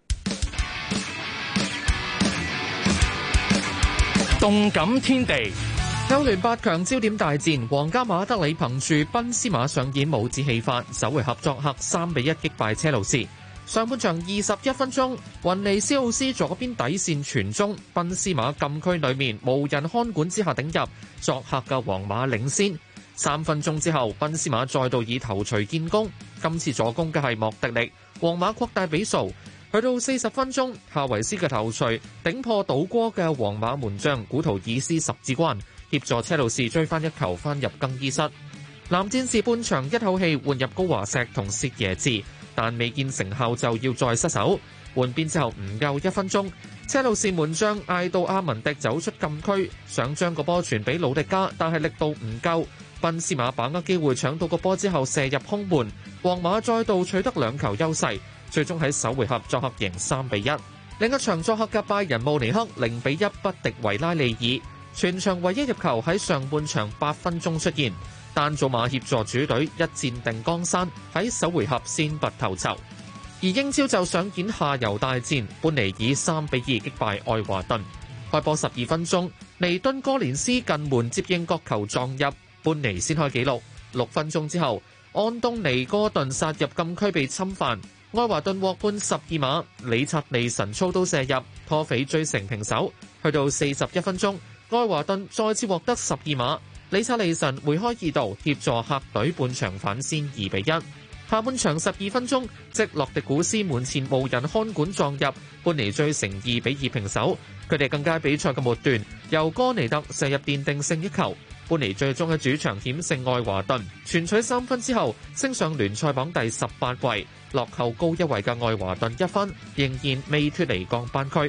動感天地，歐聯8強焦點大戰，皇家馬德里憑住賓斯馬上演帽子戲法，首回合作客3-1擊敗車路士。上半場21分鐘，雲尼斯奧斯左邊底線傳中，賓斯馬禁區裏面無人看管之下頂入，作客嘅皇馬領先。3分鐘之後，賓斯馬再度以頭槌建功，今次助攻嘅係莫迪力，皇馬擴大比數。去到40分鐘，夏維斯嘅頭槌頂破倒戈嘅皇馬門將古圖爾斯十指關，協助車路士追翻一球翻入更衣室。藍戰士半場一口氣換入高華石同薛耶治，但未見成效就要再失手。換邊之後唔夠1分鐘，車路士門將艾杜阿文迪走出禁區，想將個波傳俾魯迪加，但係力度唔夠。賓斯馬把握機會搶到個波之後射入空門，皇馬再度取得2球優勢，最終喺首回合作客贏3-1。另一場作客嘅拜仁慕尼黑0-1不敵維拉利爾，全場唯一入球喺上半場8分鐘出現，丹祖馬協助主隊一戰定江山，喺首回合先拔頭籌。而英超就上演下游大戰，般尼以3-2擊敗愛華頓。開波12分鐘，尼敦哥連斯近門接應角球撞入，般尼先開紀錄。6分鐘之後，安東尼哥頓殺入禁區被侵犯，愛華頓獲判12碼，里察利神操刀射入，拖肥追成平手。去到41分鐘，愛華頓再次獲得12碼，里察利神梅開2度，協助客隊半場反先2-1。下半場12分鐘，即洛迪古斯門前無人看管撞入，般尼追成2-2平手。佢哋更加比賽嘅末段，由哥尼特射入奠定勝一球。般尼最終喺主場險勝愛華頓，全取3分之後，升上聯賽榜第18位，落後高1位嘅愛華頓1分，仍然未脫離降班區。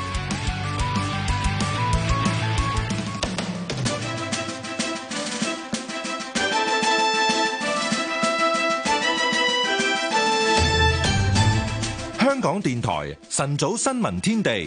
香港電台晨早新聞天地。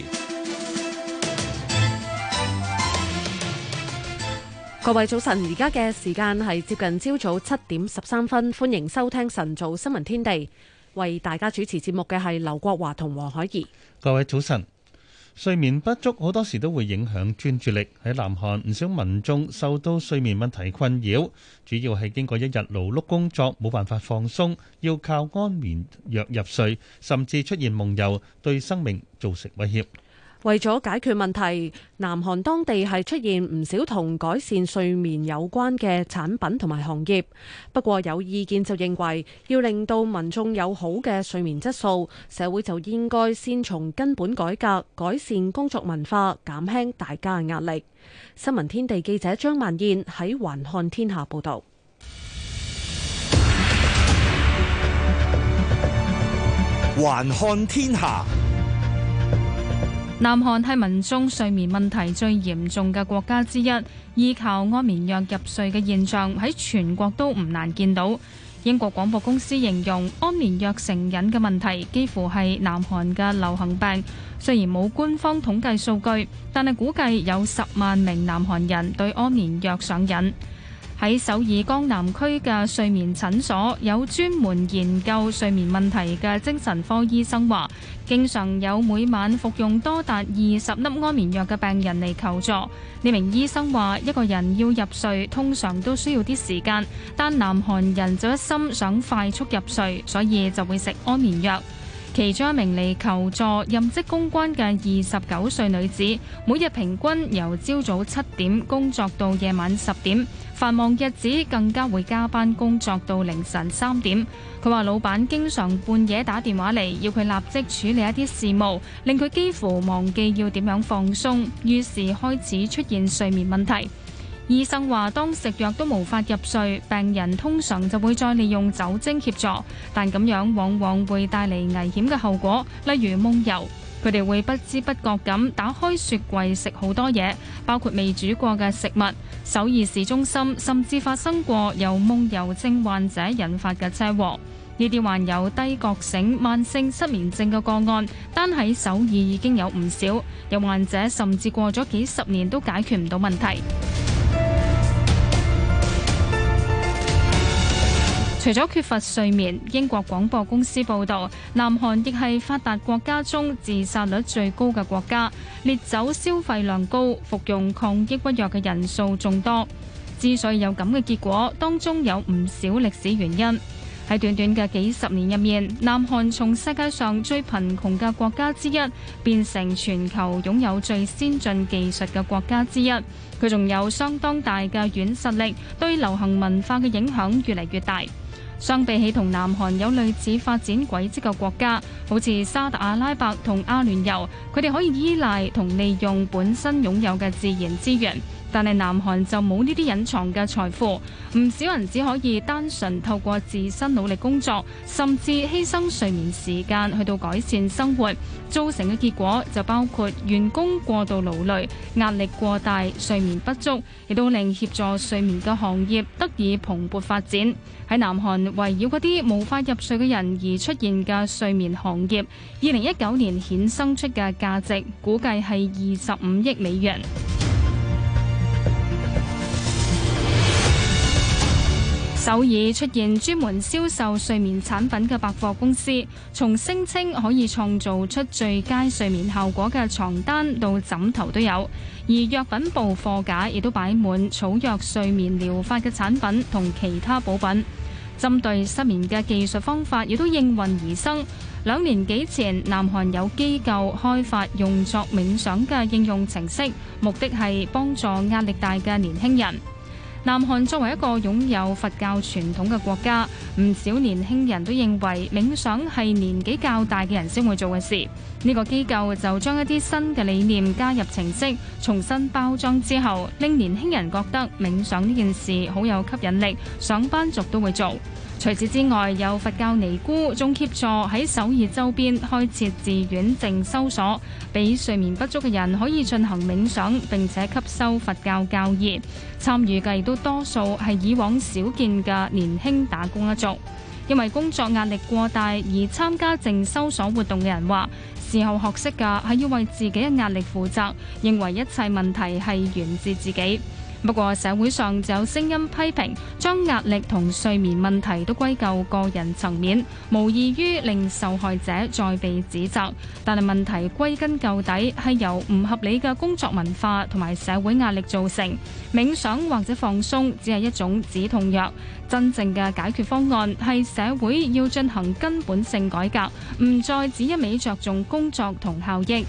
各位早晨，而家嘅時間係接近朝早7點13分，歡迎收聽晨早新聞天地。為大家主持節目嘅係劉國華同黃海怡。 各位早晨。睡眠不足好多時都會影響專注力。喺南韓，唔少民眾受到睡眠問題困擾，主要係經過一日勞碌工作冇辦法放鬆，要靠安眠藥入睡，甚至出現夢遊，對生命造成威脅。 為咗解決問題，南韓當地係出現唔少同改善睡眠有關嘅產品同埋行業。不過有意見就認為，要令到民眾有好嘅睡眠質素，社會就應該先從根本改革，改善工作文化，減輕大家嘅壓力。新聞天地記者張萬燕喺環看天下報道。 環看天下。 南韓係民眾睡眠問題最嚴重嘅國家之一，依靠安眠藥入睡嘅現象喺全國都唔難見到。英國廣播公司形容安眠藥成癮嘅問題幾乎係南韓嘅流行病。雖然冇官方統計數據，但係估計有10萬名南韓人對安眠藥上癮。 喺首爾江南區嘅睡眠診所有專門研究睡眠問題嘅精神科醫生話，經常有每晚服用多達20粒安眠藥嘅病人嚟求助。呢名醫生話，一個人要入睡通常都需要啲時間，但南韓人就一心想快速入睡，所以就會食安眠藥。其中一名嚟求助任職公關嘅29歲女子，每日平均由朝早7點工作到夜晚10點，繁忙日子更加會加班工作到凌晨3點。佢話老闆經常半夜打電話嚟，要佢立即處理一啲事務，令佢幾乎忘記要點樣放鬆，於是開始出現睡眠問題。醫生話，當食藥都無法入睡，病人通常就會再利用酒精協助，但咁樣往往會帶嚟危險嘅後果，例如夢遊。佢哋會不知不覺咁打開雪櫃食好多嘢，包括未煮過嘅食物。首爾市中心甚至發生過由夢遊症患者引發嘅車禍。呢啲患有低覺醒慢性失眠症嘅個案，單喺首爾已經有唔少，有患者甚至過咗幾十年都解決唔到問題。除咗缺乏睡眠，英國廣播公司報導，南韓亦係發達國家中自殺率最高嘅國家，烈酒消費量高，服用抗抑鬱藥嘅人數眾多。之所以有咁嘅結果，當中有唔少歷史原因。喺短短嘅幾十年入面，南韓從世界上最貧窮嘅國家之一，變成全球擁有最先進技術嘅國家之一。佢仲有相當大嘅軟實力，對流行文化嘅影響越嚟越大。相比起同南韓有類似發展軌跡嘅國家，好似沙特阿拉伯同阿聯酋，佢哋可以依賴同利用本身擁有嘅自然資源。但係南韓就冇呢啲隱藏嘅財富，唔少人只可以單純透過自身努力工作，甚至犧牲睡眠時間去到改善生活，造成嘅結果就包括員工過度勞累、壓力過大、睡眠不足，亦都令協助睡眠嘅行業得以蓬勃發展。喺南韓圍繞嗰啲無法入睡嘅人而出現嘅睡眠行業，2019年衍生出嘅價值估計係25億美元。首爾出現專門銷售睡眠產品嘅百貨公司，從聲稱可以創造出最佳睡眠效果嘅床單到枕頭都有，而藥品部貨架亦都擺滿草藥睡眠療法嘅產品同其他補品。針對失眠嘅技術方法亦都應運而生。2年幾前，南韓有機構開發用作冥想嘅應用程式，目的係幫助壓力大嘅年輕人。南韓作為一個擁有佛教傳統嘅國家，唔少年輕人都認為冥想係年紀較大嘅人先會做嘅事。呢個機構就將一啲新嘅理念加入程式，重新包裝之後，令年輕人覺得冥想呢件事好有吸引力，上班族都會做。除此之外，有佛教尼姑仲協助喺首爾周邊開設寺院靜修所，俾睡眠不足嘅人可以進行冥想，並且吸收佛教教義。參與嘅亦都多數係以往少見嘅年輕打工一族。因為工作壓力過大而參加靜修所活動嘅人話，事後學識嘅係要為自己嘅壓力負責，認為一切問題係源自自己。不過社會上就有聲音批評，將壓力同睡眠問題都歸咎個人層面，無異於令受害者再被指責。但係問題歸根究底係由唔合理嘅工作文化同埋社會壓力造成。冥想或者放鬆只係一種止痛藥，真正嘅解決方案係社會要進行根本性改革，唔再只一味着重工作同效益。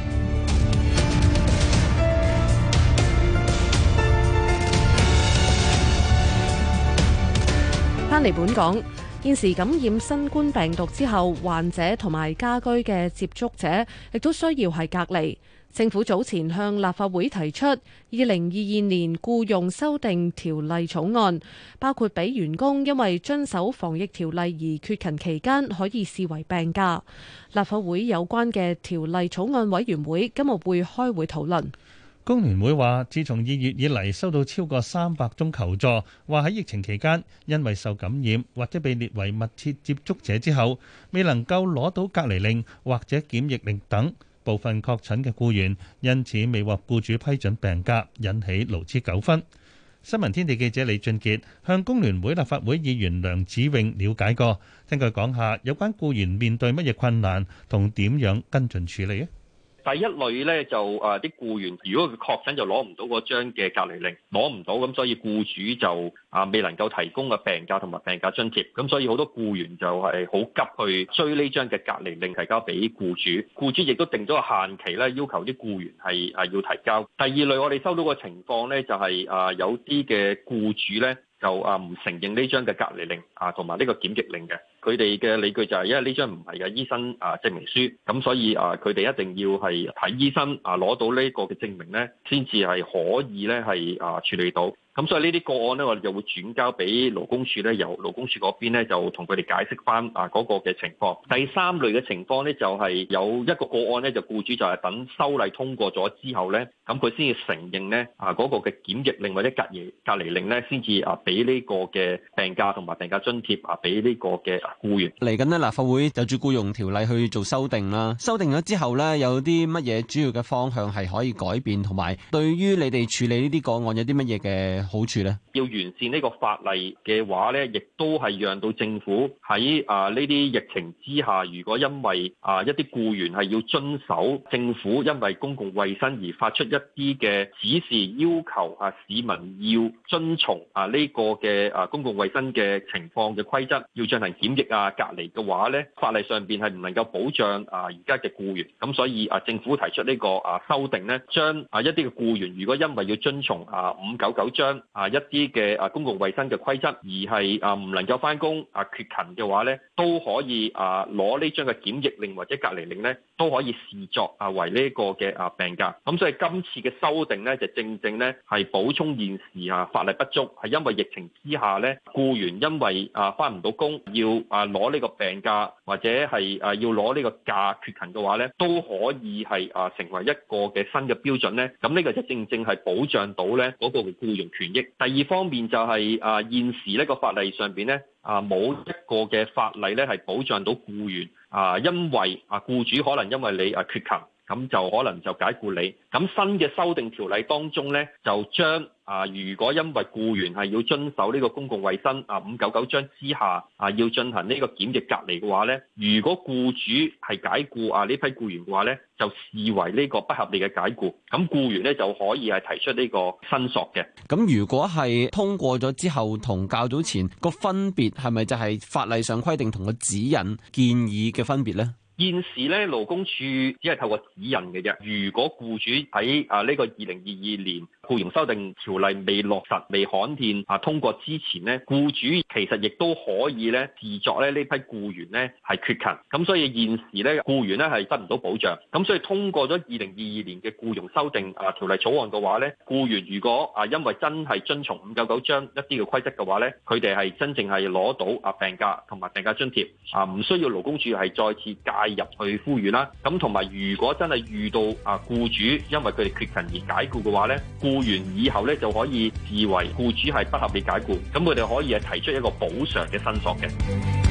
返嚟本港，現時感染新冠病毒之後，患者同埋家居嘅接觸者亦都需要係隔離。政府早前向立法會提出2022年僱傭修訂條例草案，包括俾員工因為遵守防疫條例而缺勤期間可以視為病假。立法會有關嘅條例草案委員會今日會開會討論。 工聯會話，自從2月以嚟收到超過300宗求助，話喺疫情期間因為受感染或者被列為密切接觸者之後，未能夠攞到隔離令或者檢疫令等，部分確診嘅僱員因此未獲僱主批准病假，引起勞資糾紛。 新聞天地記者李俊傑向工聯會立法會議員梁子穎了解過，聽佢講下有關僱員面對乜嘢困難同點樣跟進處理啊。 第一類咧就啲僱員，如果佢確診就攞唔到嗰張嘅隔離令，攞唔到咁，所以僱主就未能夠提供嘅病假同埋病假津貼，咁所以好多僱員就係好急去追呢張嘅隔離令提交俾僱主，僱主亦都定咗個限期咧，要求啲僱員係要提交。第二類我哋收到個情況咧，就係有啲嘅僱主咧就唔承認呢張嘅隔離令同埋呢個檢疫令嘅。佢哋嘅理據就係因為呢張唔係嘅醫生證明書，咁所以佢哋一定要係睇醫生攞到呢個嘅證明咧，先至係可以咧係處理到。咁所以呢啲個案咧，我哋就會轉交俾勞工處咧，由勞工處嗰邊咧就同佢哋解釋翻嗰個嘅情況。第三類嘅情況咧，就係有一個個案咧，就僱主就係等修例通過咗之後咧，咁佢先至承認咧嗰個嘅檢疫令或者隔離令咧，先至俾呢個嘅病假同埋病假津貼俾呢個嘅僱員。 嚟緊呢，立法會就住僱傭條例去做修訂啦。修訂咗之後咧，有啲乜嘢主要嘅方向係可以改變，同埋對於你哋處理呢啲個案有啲乜嘢嘅好處咧？ 要完善呢個法例嘅話咧，亦都係讓到政府喺呢啲疫情之下，如果因為一啲僱員係要遵守政府因為公共衛生而發出一啲嘅指示，要求市民要遵從呢個嘅公共衛生嘅情況嘅規則，要進行檢疫隔離嘅話咧，法例上邊係唔能夠保障而家嘅僱員，咁所以政府提出呢個修訂咧，將一啲嘅僱員如果因為要遵從599章一啲嘅公共衛生嘅規則，而係唔能夠翻工缺勤嘅話咧，都可以攞呢張嘅檢疫令或者隔離令咧，都可以視作為呢個嘅病假。咁所以今次嘅修訂咧，就正正咧係補充現時法例不足，係因為疫情之下咧，僱員因為翻唔到工，要攞呢個病假或者係要攞呢個假缺勤嘅話咧，都可以係成為一個嘅新嘅標準咧。咁呢個就正正係保障到咧嗰個僱員權益。第二方面就係現時呢個法例上邊咧冇一個嘅法例咧係保障到僱員因為僱主可能因為你缺勤，咁就可能就解僱你。咁新嘅修訂條例當中咧，就將如果因為僱員係要遵守呢個公共衛生599章之下要進行呢個檢疫隔離嘅話咧，如果僱主係解僱呢批僱員嘅話咧，就視為呢個不合理嘅解僱，咁僱員咧就可以係提出呢個申索嘅。 咁如果係通過咗之後，同較早前個分別係咪就係法例上規定同個指引建議嘅分別咧？ 現時咧勞工處只係透過指引嘅啫。如果僱主喺呢個2022年僱傭修訂條例未落實、未刊憲通過之前咧，僱主其實亦都可以咧視作咧呢批僱員咧係缺勤。咁所以現時咧僱員咧係得唔到保障。咁所以通過咗2022年嘅僱傭修訂條例草案嘅話咧，僱員如果因為真係遵從599章一啲嘅規則嘅話咧，佢哋係真正係攞到病假同埋病假津貼唔需要勞工處係再次介入去呼籲啦。咁同埋如果真係遇到僱主因為佢哋缺勤而解僱嘅話咧，僱員以後咧就可以視為僱主係不合理解僱，咁佢哋可以係提出一個補償嘅申索嘅。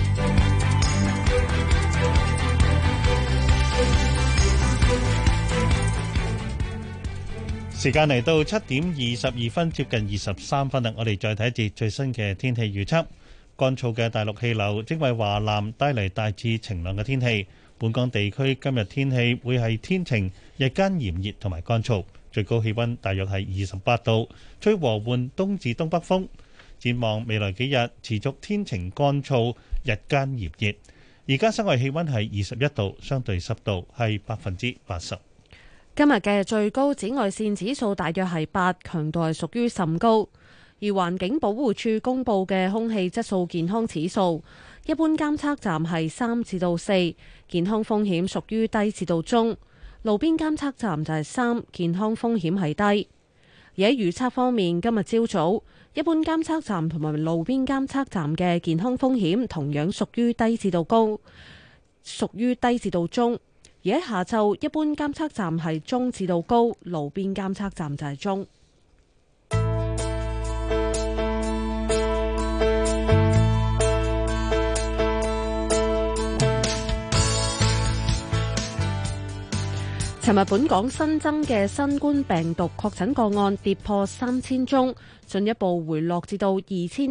時間嚟到7:22，接近23分啦。我哋再睇一節最新嘅天氣預測。乾燥嘅大陸氣流正為華南帶嚟大致晴朗嘅天氣。本港地區今日天氣會係天晴，日間炎熱同埋乾燥，最高氣溫大約係28度，吹和緩東至東北風。展望未來幾日持續天晴乾燥，日間炎熱。而家室外氣溫係21度，相對濕度係80%。 今日嘅最高紫外線指數大約係8，強度係屬於甚高。而環境保護署公布嘅空氣質素健康指數，一般監測站係3至到4，健康風險屬於低至到中；路邊監測站就係3，健康風險係低。而喺預測方面，今日朝早一般監測站同埋路邊監測站嘅健康風險同樣屬於低至到高，屬於低至到中。而喺下晝，一般監測站係中至到高，路邊監測站就係中。 尋日本港新增嘅新冠病毒確診個案跌破3000宗，進一步回落至到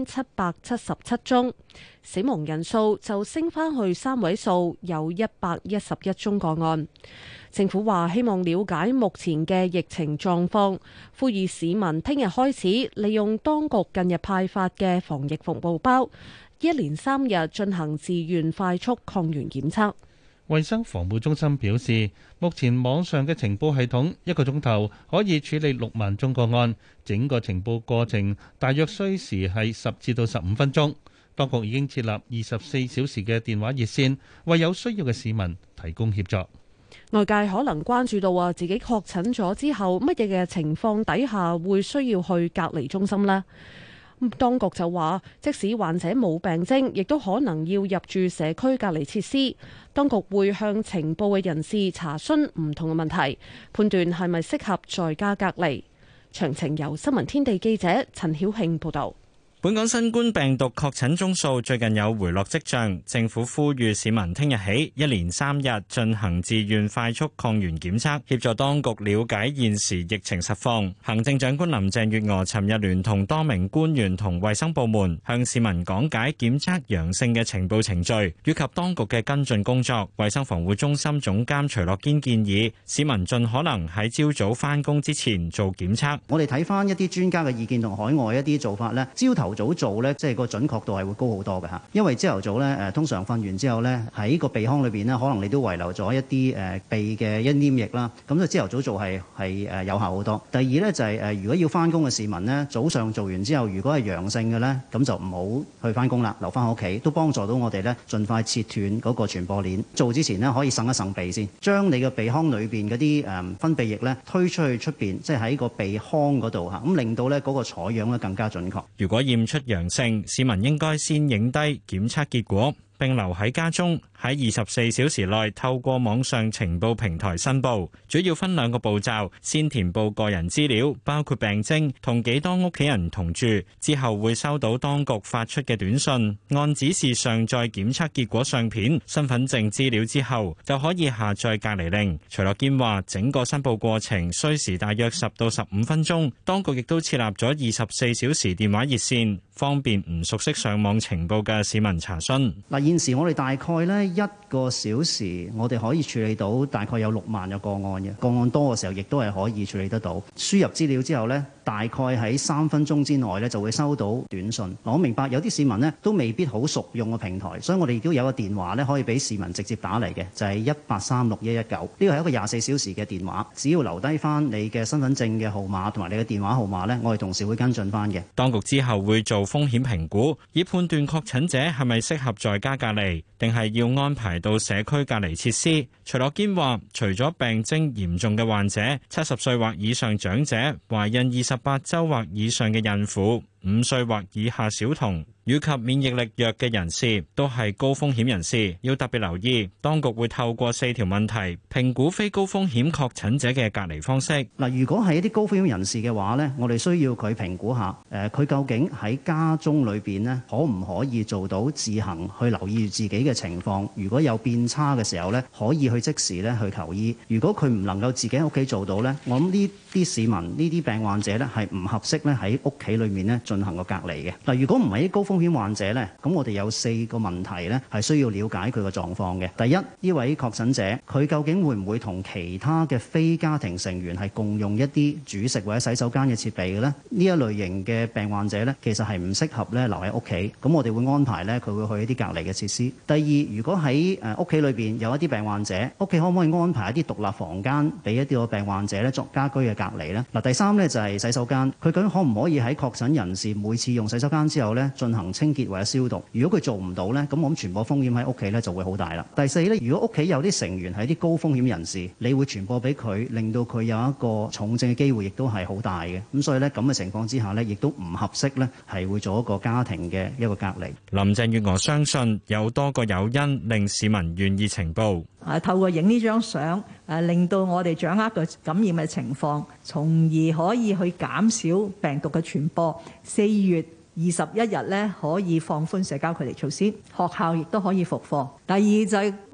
2777宗，死亡人數就升返去3位數，有111宗個案。政府話希望了解目前嘅疫情狀況，呼籲市民聽日開始利用當局近日派發嘅防疫服務包，一連3日進行自願快速抗原檢測。 衛生防護中心表示，目前網上嘅情報系統1個鐘頭可以處理6萬宗個案，整個情報過程大約需時係10至到15分鐘。當局已經設立24小時嘅電話熱線，為有需要嘅市民提供協助。 外界可能關注到自己確診咗之後，乜嘢嘅情況底下會需要去隔離中心呢？當局就話，即使患者冇病徵，亦都可能要入住社區隔離設施。當局會向呈報嘅人士查詢唔同嘅問題，判斷係咪適合在家隔離。詳情由新聞天地記者陳曉慶報導。 本港新冠病毒確診宗數最近有回落跡象，政府呼籲市民聽日起一連3日進行自願快速抗原檢測，協助當局了解現時疫情實況。行政長官林鄭月娥尋日聯同多名官員同衛生部門向市民講解檢測陽性嘅呈報程序，以及當局嘅跟進工作。衛生防護中心總監徐樂堅建議市民盡可能喺朝早返工之前做檢測。 我哋睇返一啲專家嘅意見同海外一啲做法呢，朝頭早做呢，即係個準確度係會高好多嘅嚇。因為朝頭早呢，通常瞓完之後呢，喺個鼻腔裏邊呢，可能你都遺留咗一啲鼻嘅一黏液啦。咁所以朝頭早做係有效好多。第二呢，就係如果要返工嘅市民呢，早上做完之後，如果係陽性嘅呢，咁就唔好去返工啦，留返屋企，都幫助到我哋呢，盡快切斷嗰個傳播鏈。做之前呢，可以擤一擤鼻先，將你嘅鼻腔裏邊嗰啲分泌液呢，推出去出邊，即係喺個鼻腔嗰度嚇，咁令到呢嗰個採樣呢更加準確。 如果驗出陽性，市民應該先影低檢測結果，並留喺家中，喺24小時內透過網上情報平台申報。主要分2個步驟，先填報個人資料，包括病徵同幾多屋企人同住，之後會收到當局發出嘅短信，按指示上載檢測結果相片、身份證資料之後，就可以下載隔離令。徐樂堅話，整個申報過程需時大約10到15分鐘，當局亦都設立咗24小時電話熱線，方便唔熟悉上網情報嘅市民查詢。 嗱，現時我哋大概呢1個小時，我哋可以處理到大概有6萬個個案嘅，個案多嘅時候亦都係可以處理得到。輸入資料之後呢，大概喺3分鐘之內呢就會收到短信。我明白有啲市民呢都未必好熟用個平台，所以我哋亦都有個電話呢可以俾市民直接打嚟嘅，就係1836-119。呢個係一個24小時嘅電話，只要留低翻你嘅身份證嘅號碼同埋你嘅電話號碼呢，我哋同時會跟進翻嘅。 當局之後會做風險評估，以判斷確診者係咪適合在家隔離，定係要安排到社區隔離設施。徐樂堅話，除咗病徵嚴重嘅患者、70歲或以上長者、懷孕28週或以上嘅孕婦、5歲或以下小童，以及免疫力弱嘅人士，都係高風險人士，要特別留意。當局會透過4條問題評估非高風險確診者嘅隔離方式。 嗱，如果係一啲高風險人士嘅話呢，我哋需要佢評估下，佢究竟喺家中裏邊呢，可唔可以做到自行去留意自己嘅情況？如果有變差嘅時候呢，可以去即時呢去求醫。如果佢唔能夠自己喺屋企做到呢，我諗呢啲市民呢啲病患者呢，係唔合適呢喺屋企裏面呢進行個隔離嘅。嗱，如果唔係啲高風險患者呢，咁我哋有4個問題呢係需要了解佢個狀況嘅。第一，呢位確診者佢究竟會唔會同其他嘅非家庭成員係共用一啲煮食或者洗手間嘅設備嘅呢？呢一類型嘅病患者呢，其實係唔適合呢留喺屋企。咁我哋會安排呢，佢會去一啲隔離嘅設施。第二，如果喺屋企裏邊有一啲病患者，屋企可唔可以安排一啲獨立房間俾一啲個病患者呢作家居嘅隔離呢？嗱，第三呢，就係洗手間，佢究竟可唔可以喺確診人士每次用洗手間之後呢進行清潔或者消毒？如果佢做唔到呢，咁我諗傳播風險喺屋企呢就會好大啦。第四呢，如果屋企有啲成員係啲高風險人士，你會傳播俾佢，令到佢有一個重症嘅機會，亦都係好大嘅。咁所以呢，咁嘅情況之下呢，亦都唔合適呢係會做一個家庭嘅一個隔離。 林鄭月娥相信有多個誘因令市民願意呈報。 透過影呢張相，令到我哋掌握個感染嘅情況，從而可以去減少病毒嘅傳播。4月21日咧可以放寬社交距離措施，學校亦都可以復課。第二就係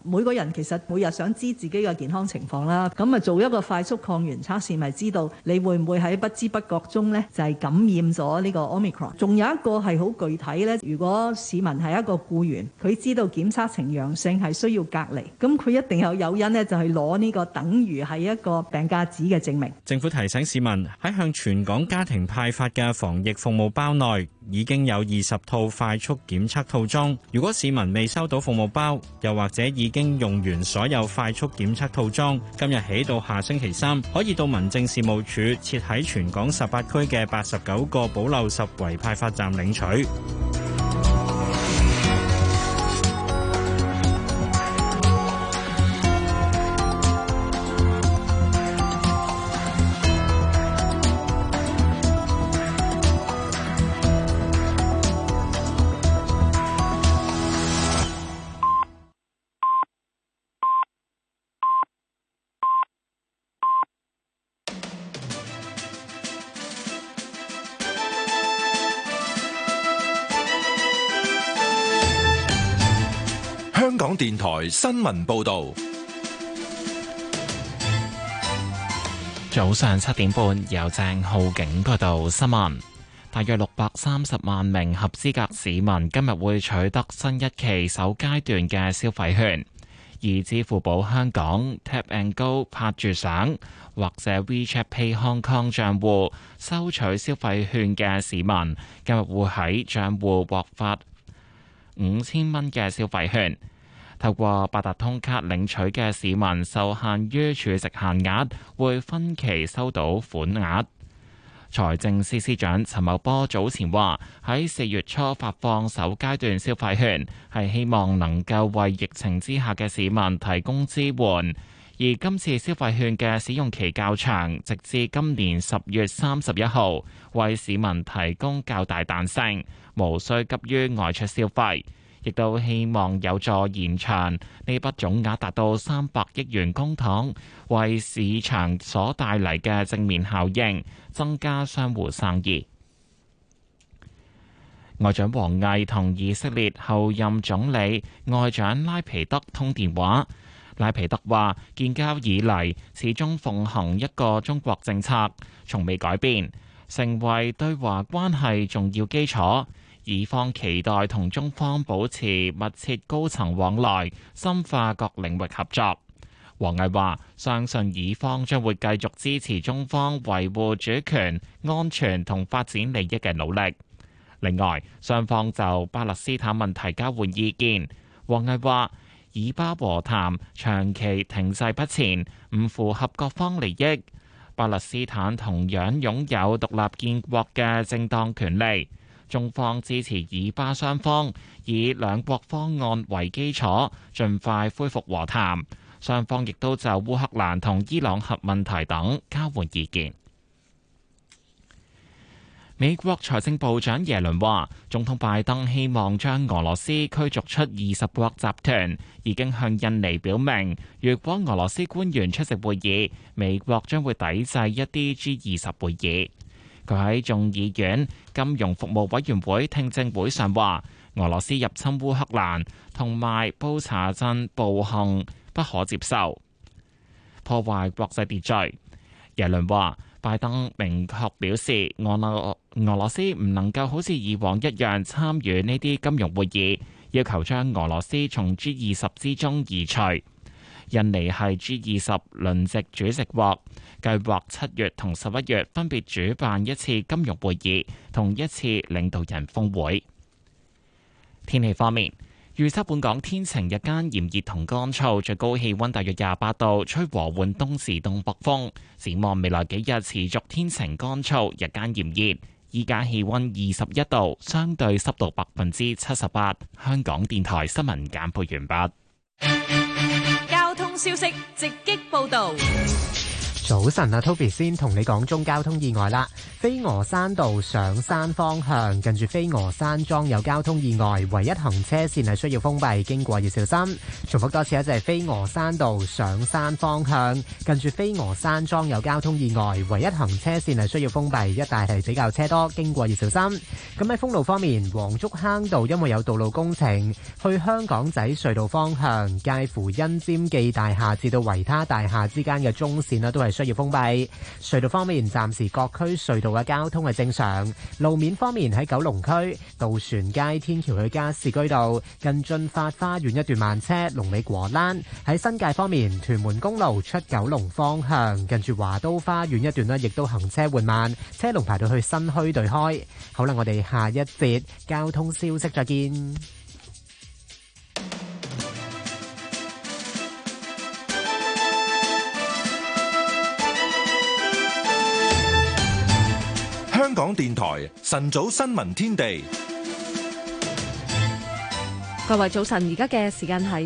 每個人其實每日想知自己嘅健康情況啦，咁啊做一個快速抗原測試，咪知道你會唔會喺不知不覺中呢就係感染咗呢個 Omicron。仲有一個係好具體呢，如果市民係一個僱員，佢知道檢測呈陽性係需要隔離，咁佢一定有誘因呢，就係攞呢個等於係一個病假紙嘅證明。 政府提醒市民喺向全港家庭派發嘅防疫服務包內已經有20套快速檢測套裝。如果市民未收到服務包，又或者已經用完所有快速檢測套裝，今日起到下星期3，可以到民政事務處設喺全港18區嘅89個保留10圍派發站領取。 香港電台新聞報道， 早上7點半由鄭浩景報道新聞。大約630萬名合資格市民今日會取得新一期首階段嘅消費券，而支付寶香港 Tap and Go 拍住賞或者 WeChat Pay Hong Kong 賬戶收取消費券嘅市民，今日會喺賬戶獲發5000蚊嘅消費券。透過八達通卡領取嘅市民受限於儲值限額，會分期收到款額。財政司司長陳茂波早前話，喺4月初發放首階段消費券，係希望能夠為疫情之下嘅市民提供支援。而今次消費券嘅使用期較長，直至今年10月31號，為市民提供較大彈性，無需急於外出消費。亦都希望有助延長呢筆總額達到300億元公帑，為市場所帶嚟嘅正面效應，增加商戶生意。外長王毅同以色列後任總理外長拉皮德通電話。拉皮德話：建交以嚟，始終奉行一個中國政策，從未改變，成為對華關係重要基礎。以方期待同中方保持密切高層往來，深化各領域合作。王毅話：相信以方將會繼續支持中方維護主權、安全同發展利益嘅努力。另外，雙方就巴勒斯坦問題交換意見。王毅話：以巴和談長期停滯不前，唔符合各方利益。巴勒斯坦同樣擁有獨立建國嘅正當權利。中方支持以巴雙方以兩國方案為基礎，盡快恢復和談。雙方亦都就烏克蘭同伊朗核問題等交換意見。美國財政部長耶倫話，總統拜登希望將俄羅斯驅逐出20國集團，已經向印尼表明，如果俄羅斯官員出席會議，美國將會抵制一啲 G20 會議。佢喺眾議院金融服務委員會聽證會上話，俄羅斯入侵烏克蘭同埋布查鎮暴行不可接受，破壞國際秩序。耶倫話，拜登明確表示，俄羅斯唔能夠好似以往一樣參與呢啲金融會議，要求將俄羅斯從 G20 之中移除。印尼係 G20 輪值主席國，計劃7月同11月分別主辦一次金融會議同一次領導人峰會。天氣方面，預測本港天晴，日間炎熱同乾燥，最高氣溫大約28度，吹和緩東至東北風。展望未來幾日持續天晴乾燥，日間炎熱。依家氣溫21度，相對濕度78%。香港電台新聞簡報完畢。 交通消息直擊報道。 早晨啊 ，Toby 先同你講中交通意外啦。飛鵝山道上山方向，近住飛鵝山莊有交通意外，唯一行車線係需要封閉，經過要小心。重複多次就係飛鵝山道上山方向，近住飛鵝山莊有交通意外，唯一行車線係需要封閉，一帶係比較車多，經過要小心。咁喺封路方面，黃竹坑道因為有道路工程，去香港仔隧道方向，介乎欣尖記大廈至到維他大廈之間嘅中線都係需要封閉。隧道方面，暫時各區隧道嘅交通係正常。路面方面，喺九龍區渡船街天橋去加士居道近駿發花園一段慢車，龍尾果欄。喺新界方面，屯門公路出九龍方向近住華都花園一段亦都行車緩慢，車龍排到去新墟對開。好啦，我哋下一節交通消息再見。 香港電台晨早新聞天地， 各位早晨，而家嘅時間係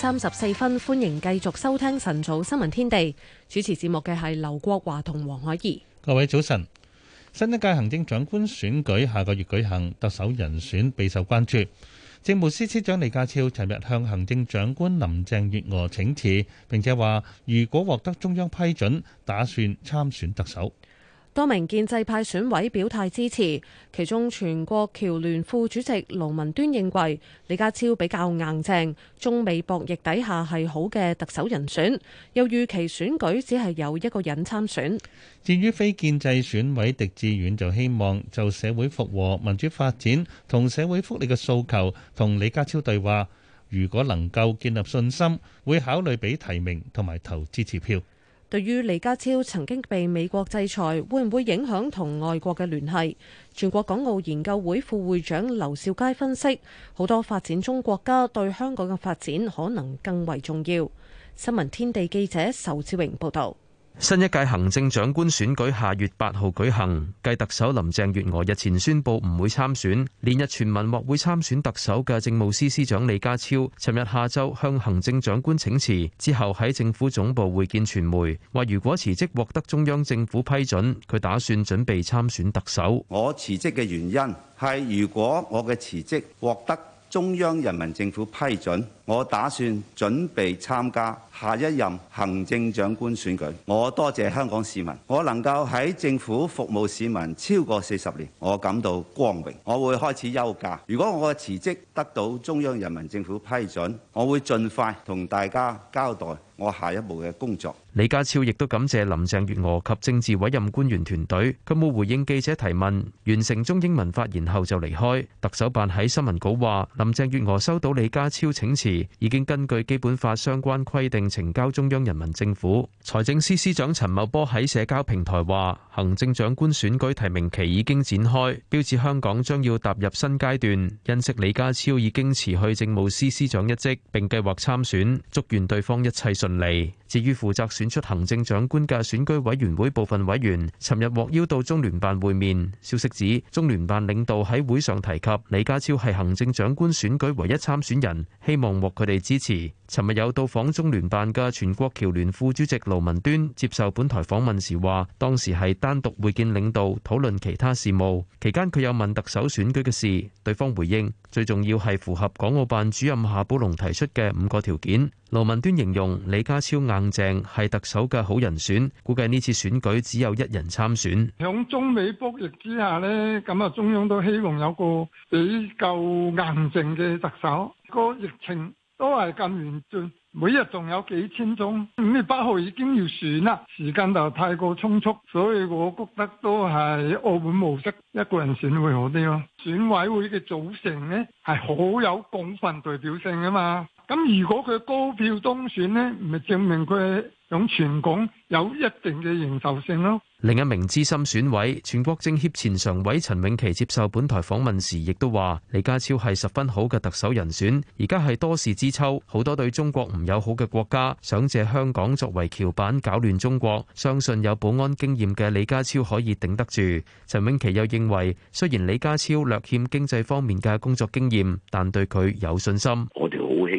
7:34，歡迎繼續收聽晨早新聞天地。主持節目嘅係劉國華同黃海怡。 各位早晨，新一屆行政長官選舉下個月舉行，特首人選備受關注。政務司司長李家超尋日向行政長官林鄭月娥請辭，並且話如果獲得中央批准，打算參選特首。 多名建制派選委表態支持，其中全國僑聯副主席盧文端認為李家超比較硬淨，中美博弈底下係好嘅特首人選，又預期選舉只係有一個人參選。 至於非建制選委狄志遠就希望就社會復和、民主發展同社會福利嘅訴求同李家超對話，如果能夠建立信心，會考慮俾提名同埋投支持票。 對於李家超曾經被美國制裁，會唔會影響同外國嘅聯繫？全國港澳研究會副會長劉兆佳分析，好多發展中國家對香港嘅發展可能更為重要。新聞天地記者仇志榮報導。 新一屆行政長官選舉下月8號舉行，繼特首林鄭月娥日前宣布唔會參選，連日傳聞或會參選特首嘅政務司司長李家超，尋日下晝向行政長官請辭，之後喺政府總部會見傳媒，話如果辭職獲得中央政府批准，佢打算準備參選特首。 我辭職嘅原因係如果我嘅辭職獲得中央人民政府批准，我打算準備參加下一任行政長官選舉。我多謝香港市民，我能夠喺政府服務市民超過40年，我感到光榮。我會開始休假。如果我嘅辭職得到中央人民政府批准，我會盡快同大家交代我下一步嘅工作。 李家超亦都感謝林鄭月娥及政治委任官員團隊，佢冇回應記者提問，完成中英文發言後就離開。特首辦喺新聞稿話，林鄭月娥收到李家超請辭，已經根據基本法相關規定呈交中央人民政府。財政司司長陳茂波喺社交平台話，行政長官選舉提名期已經展開，標誌香港將要踏入新階段。欣悉李家超已經辭去政務司司長一職，並計劃參選，祝願對方一切順利。至於負責選出行政長官嘅選舉委員會部分委員，尋日獲邀到中聯辦會面。消息指，中聯辦領導喺會上提及李家超係行政長官選舉唯一參選人，希望獲佢哋支持。尋日有到訪中聯辦嘅全國僑聯副主席盧文端接受本台訪問時話，當時係單獨會見領導討論其他事務，期間佢有問特首選舉嘅事，對方回應最重要係符合港澳辦主任夏寶龍提出嘅5個條件。盧文端形容李家超硬淨，係特首嘅好人選，估計呢次選舉只有一人參選。 響中美博弈之下呢，咁啊中央都希望有個比較硬淨嘅特首。個疫情都係咁嚴峻，每日仲有幾千宗，5月8號已經要選啦，時間就太過匆促，所以我覺得都係澳門模式，一個人選會好啲咯。選委會嘅組成呢係好有廣泛代表性㗎嘛。咁如果佢高票當選呢，咪證明佢響全港有一定嘅認受性咯。 另一名資深選委、全國政協前常委陳永琪接受本台訪問時，亦都話李家超係十分好嘅特首人選。而家係多事之秋，好多對中國唔友好嘅國家想借香港作為橋板搞亂中國，相信有保安經驗嘅李家超可以頂得住。陳永琪又認為，雖然李家超略欠經濟方面嘅工作經驗，但對佢有信心。 我哋好希望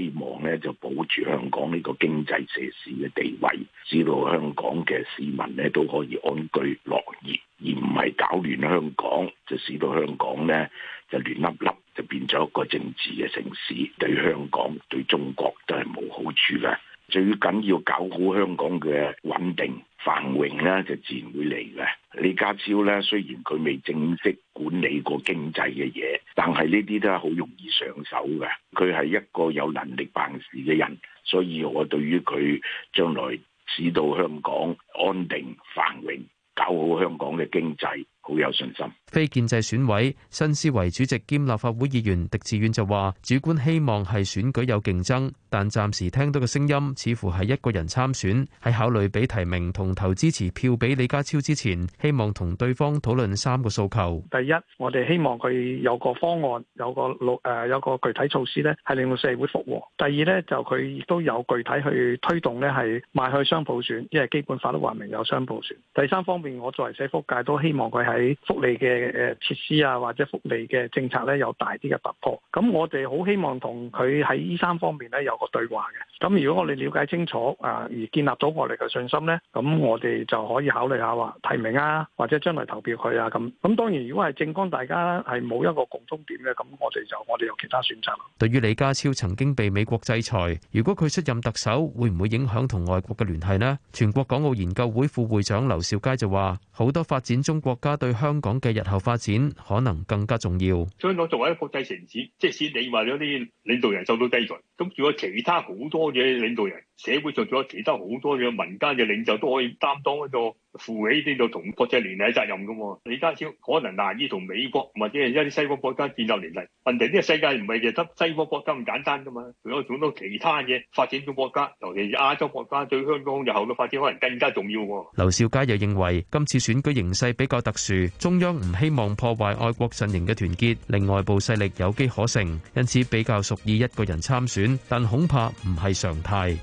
咧就保住香港呢個經濟社市嘅地位，使到香港嘅市民咧都可以安居樂業，而唔係搞亂香港，就使到香港咧就亂粒粒，就變咗一個政治嘅城市，對香港對中國都係冇好處嘅。最緊要搞好香港嘅穩定繁榮咧，就自然會嚟嘅。李家超咧，雖然佢未正式管理過經濟嘅嘢，但係呢啲都係好容易上手嘅。佢係一個有能力辦事嘅人，所以我對於佢將來使到香港安定繁榮，搞好香港嘅經濟，好有信心。 非建制選委新思維主席兼立法會議員狄志遠就話，主觀希望係選舉有競爭，但暫時聽到嘅聲音似乎係一個人參選。喺考慮俾提名同投支持票俾李家超之前，希望同對方討論3個訴求。 第一，我哋希望佢有個方案，有個具體措施咧，係令到社會復和。第二咧，就佢亦都有具體去推動咧，係邁去雙普選，因為基本法都話明有雙普選。第三方面，我作為社福界都希望佢喺福利嘅設施啊，或者福利嘅政策咧有大啲嘅突破。咁我哋好希望同佢喺呢3方面咧有個對話嘅。咁如果我哋了解清楚而建立到我哋嘅信心咧，咁我哋就可以考慮下話提名啊，或者將來投票佢啊咁。咁當然如果係政綱大家係冇一個共通點嘅，咁我哋有其他選擇。 對於李家超曾經被美國制裁，如果佢出任特首，會唔會影響同外國嘅聯繫呢？全國港澳研究會副會長劉兆佳就話，好多發展中國家對香港嘅日後發展可能更加重要。 香港作為一個國際城市，即使你話有啲領導人受到制裁，咁仲有其他好多嘅領導人，社會上仲有其他好多嘅民間嘅領袖都可以擔當一個負起呢個同國際聯繫責任㗎。李家超可能難以同美國或者係一啲西方國家建立聯繫。問題呢個世界唔係就得西方國家咁簡單㗎嘛，仲有好多其他嘅發展中國家，尤其是亞洲國家對香港日後嘅發展可能更加重要。 劉兆佳又認為今次選舉形勢比較特殊，中央唔希望破壞愛國陣營嘅團結，令外部勢力有機可乘，因此比較屬意一個人參選，但恐怕唔係常態。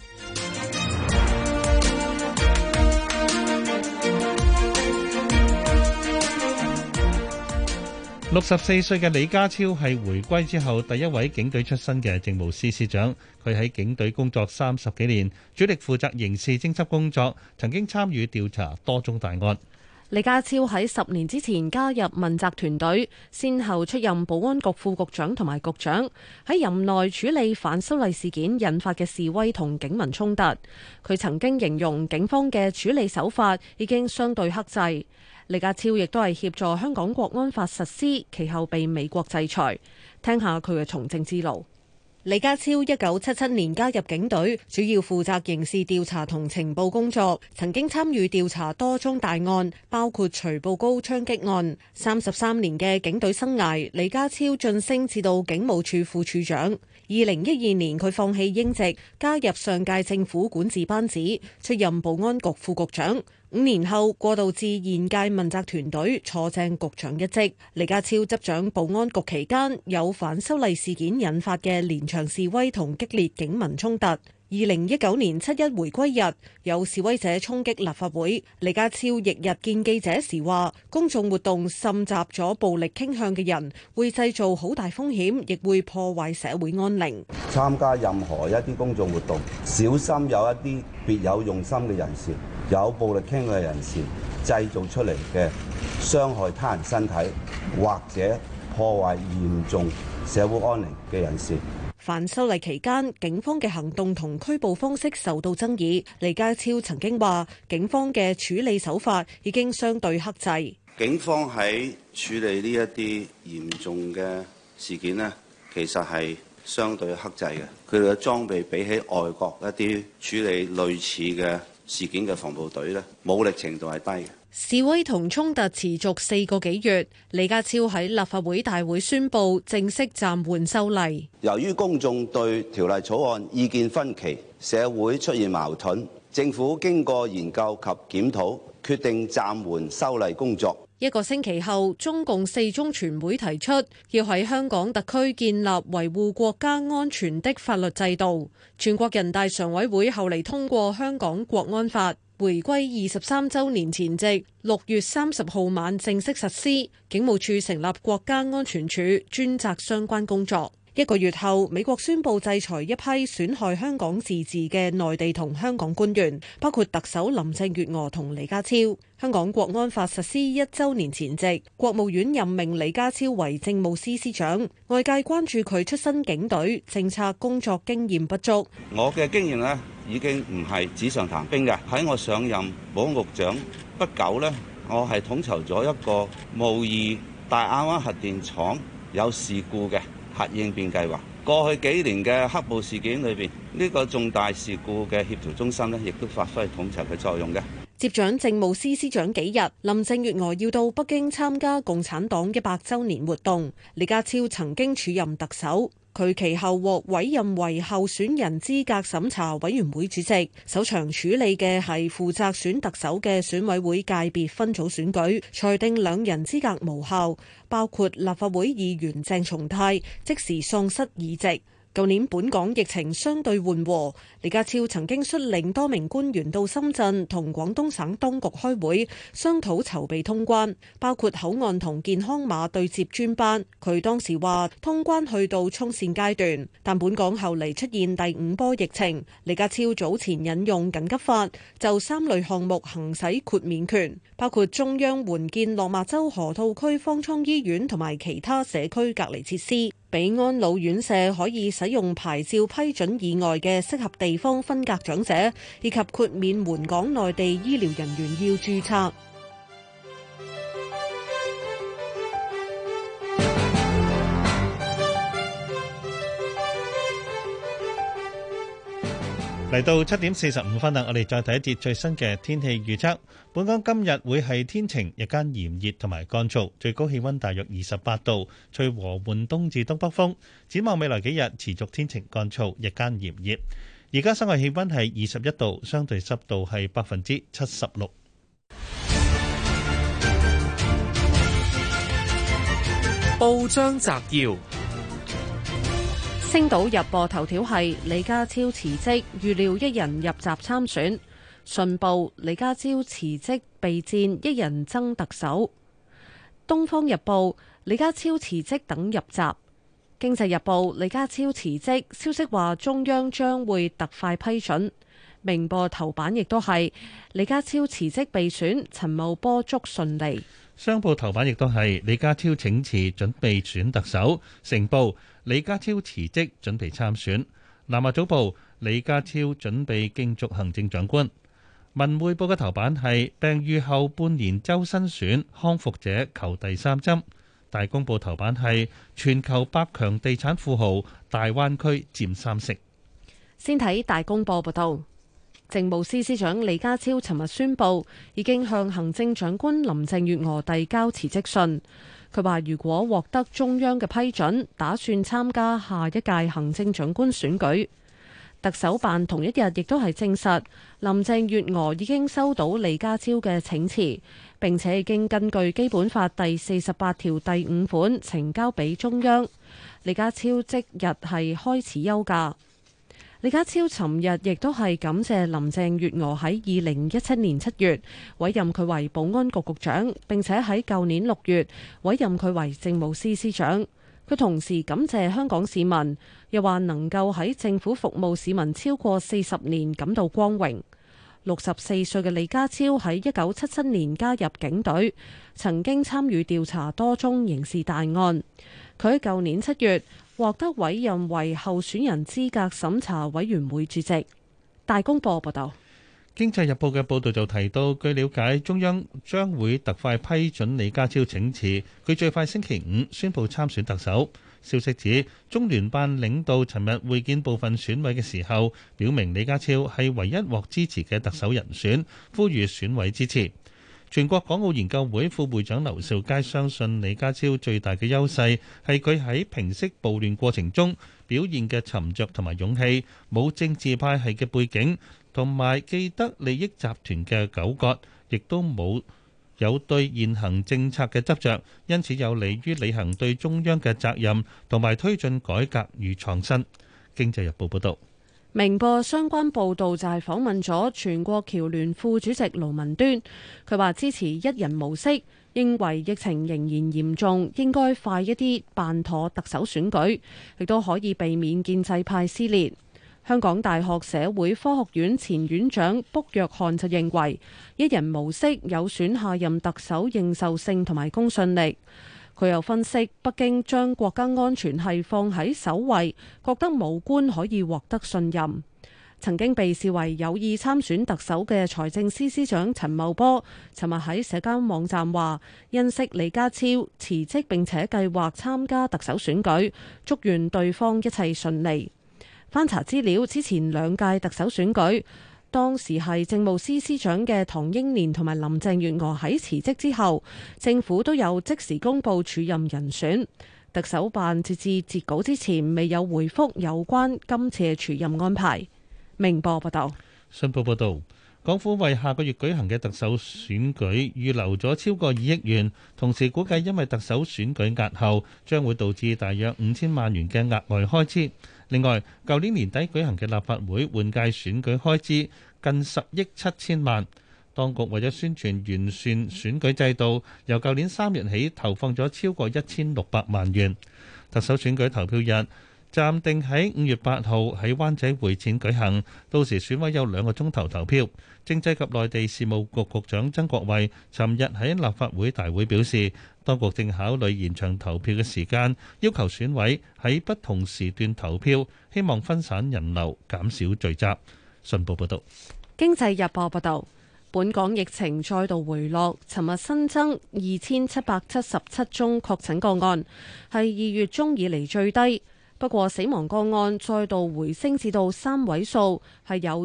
64歲嘅李家超係回歸之後第一位警隊出身嘅政務司司長。佢喺警隊工作30幾年，主力負責刑事偵緝工作，曾經參與調查多宗大案。 李家超喺10年之前加入問責團隊，先後出任保安局副局長同埋局長，喺任內處理反修例事件引發嘅示威同警民衝突。佢曾經形容警方嘅處理手法已經相對克制。李家超亦都係協助香港國安法實施，其後被美國制裁。聽下佢嘅從政之路。李家超1977年加入警隊，主要負責刑事調查同情報工作，曾經參與調查多宗大案，包括徐步高槍擊案。33年嘅警隊生涯，李家超晉升至到警務處副處長。2012年佢放棄英籍，加入上屆政府管治班子，出任保安局副局長。5年後過渡至現屆問責團隊，坐正局長一職。李家超執掌保安局期間，有反修例事件引發嘅連場示威同激烈警民衝突。2019年7·1回歸日，有示威者衝擊立法會。李家超翌日見記者時話，公眾活動滲雜咗暴力傾向嘅人，會製造好大風險，亦會破壞社會安寧。 參加任何一啲公眾活動，小心有一啲別有用心嘅人士，有暴力傾向嘅人士製造出嚟嘅傷害他人身體或者破壞嚴重社會安寧嘅人士。 反修例期間，警方嘅行動同拘捕方式受到爭議。李家超曾經話，警方嘅處理手法已經相對克制。 警方喺處理呢一啲嚴重嘅事件呢，其實係相對克制嘅。佢哋嘅裝備比起外國一啲處理類似嘅事件嘅防暴隊呢，武力程度係低嘅。 示威同衝突持續4個幾月，李家超喺立法會大會宣布正式暫緩修例。 由於公眾對條例草案意見分歧，社會出現矛盾，政府經過研究及檢討，決定暫緩修例工作。 1個星期後，中共4中全會提出要喺香港特區建立維護國家安全的法律制度。全國人大常委會後嚟通過香港國安法。回歸23週年前夕，6月30號晚正式實施。警務處成立國家安全處，專責相關工作。 1個月後，美國宣布制裁一批損害香港自治嘅內地同香港官員，包括特首林鄭月娥同李家超。香港國安法實施1週年前夕，國務院任命李家超為政務司司長，外界關注佢出身警隊，政策工作經驗不足。 我嘅經驗呢已經唔係紙上談兵嘅。喺我上任保安局長不久呢，我係統籌咗一個模擬大亞灣核電廠有事故嘅核應變計劃。過去幾年嘅黑暴事件裏邊，呢個重大事故嘅協調中心呢，亦都發揮統籌嘅作用嘅。 接掌政務司司長幾日，林鄭月娥要到北京參加共產黨100週年活動。李家超曾經署任特首，佢其後獲委任為候選人資格審查委員會主席，首場處理嘅係負責選特首嘅選委會界別分組選舉，裁定2人資格無效，包括立法會議員鄭松泰即時喪失議席。舊年本港疫情相對緩和，李家超曾經率領多名官員到深圳同廣東省當局開會，商討籌備通關，包括口岸同健康碼對接專班。佢當時話通關去到衝線階段，但本港後嚟出現第5波疫情。李家超早前引用緊急法，就3類項目行使豁免權，包括中央援建落馬洲河套區方艙醫院同埋其他社區隔離設施，俾安老院舍可以使用牌照批准以外嘅適合地方分隔長者，以及豁免援港內地醫療人員要註冊。 嚟到7點45分啦，我哋再睇一節最新嘅天氣預測。本港今日會係天晴，日間炎熱同埋乾燥，最高氣溫大約28度，吹和緩東至東北風。展望未來幾日持續天晴乾燥，日間炎熱。而家室外氣溫係21度，相對濕度係76%。 報章摘要。 星島日報頭條係李家超辭職，預料1人入閘參選。信報李家超辭職備戰1人爭特首。東方日報李家超辭職等入閘。經濟日報李家超辭職，消息話中央將會特快批准。明報頭版亦都係李家超辭職備選，陳茂波祝順利。 商報頭版亦都係李家超請辭，準備選特首。成報李家超辭職，準備參選。南華早報李家超準備競逐行政長官。文匯報嘅頭版係病愈後半年周身選，康復者求第3針。大公報頭版係全球百強地產富豪，大灣區佔30%。 先睇大公報報道。政務司司長李家超尋日宣布，已經向行政長官林鄭月娥遞交辭職信。佢話如果獲得中央嘅批准，打算參加下一屆行政長官選舉。特首辦同一日亦都係證實，林鄭月娥已經收到李家超嘅請辭，並且已經根據基本法第48條第5款呈交俾中央。李家超即日係開始休假。李家超尋日亦都係感謝林鄭月娥喺2017年7月委任佢為保安局局長，並且喺舊年6月委任佢為政務司司長。佢同時感謝香港市民，又話能夠喺政府服務市民超過40年感到光榮。64歲嘅李家超喺1977年加入警隊，曾經參與調查多宗刑事大案。佢喺舊年7月獲得委任為候選人資格審查委員會主席。大公報報道。 經濟日報嘅報導就提到，據了解，中央將會特快批准李家超請辭，佢最快星期5宣布參選特首。消息指，中聯辦領導尋日會見部分選委嘅時候，表明李家超係唯一獲支持嘅特首人選，呼籲選委支持。全國港澳研究會副會長劉兆佳相信李家超最大嘅優勢係佢喺平息暴亂過程中表現嘅沉着同埋勇氣，冇政治派系嘅背景，同埋既得利益集團嘅糾葛，亦都有對現行政策嘅執着，因此有利於履行對中央嘅責任，同埋推進改革與創新。經濟日報報道。 明報相關報導就係訪問咗全國僑聯副主席盧文端，佢話支持一人模式，認為疫情仍然嚴重，應該快一啲辦妥特首選舉，亦都可以避免建制派撕裂。香港大學社會科學院前院長卜約翰就認為，一人模式有損下任特首認受性同埋公信力。佢又分析，北京將國家安全係放喺首位，覺得無官可以獲得信任。曾經被視為有意參選特首嘅財政司司長陳茂波，尋日喺社交網站話，欣悉李家超辭職並且計劃參加特首選舉，祝願對方一切順利。翻查資料，之前兩屆特首選舉，當時係政務司司長嘅唐英年同埋林鄭月娥喺辭職之後，政府都有即時公布署任人選。特首辦截至截稿之前未有回覆有關今次嘅署任安排。明報報道。 信報報導，港府為下個月舉行嘅特首選舉預留咗超過2億元，同時估計因為特首選舉押後，將會導致大約5000萬元嘅額外開支。另外，舊年年底舉行嘅立法會換屆選舉開支近10億7000萬。當局為咗宣傳完善選舉制度，由舊年3月起投放咗超過1600萬元。特首選舉投票日暫定喺5月8號喺灣仔會展舉行，到時選委有2個鐘頭投票。政制及內地事務局局長曾國衛尋日喺立法會大會表示，當局正考慮延長投票嘅時間，要求選委喺不同時段投票，希望分散人流，減少聚集。信報報道。 經濟日報報道，本港疫情再度回落，尋日新增2777宗確診個案，係2月中以嚟最低。不過死亡個案再度回升至到3位數，係有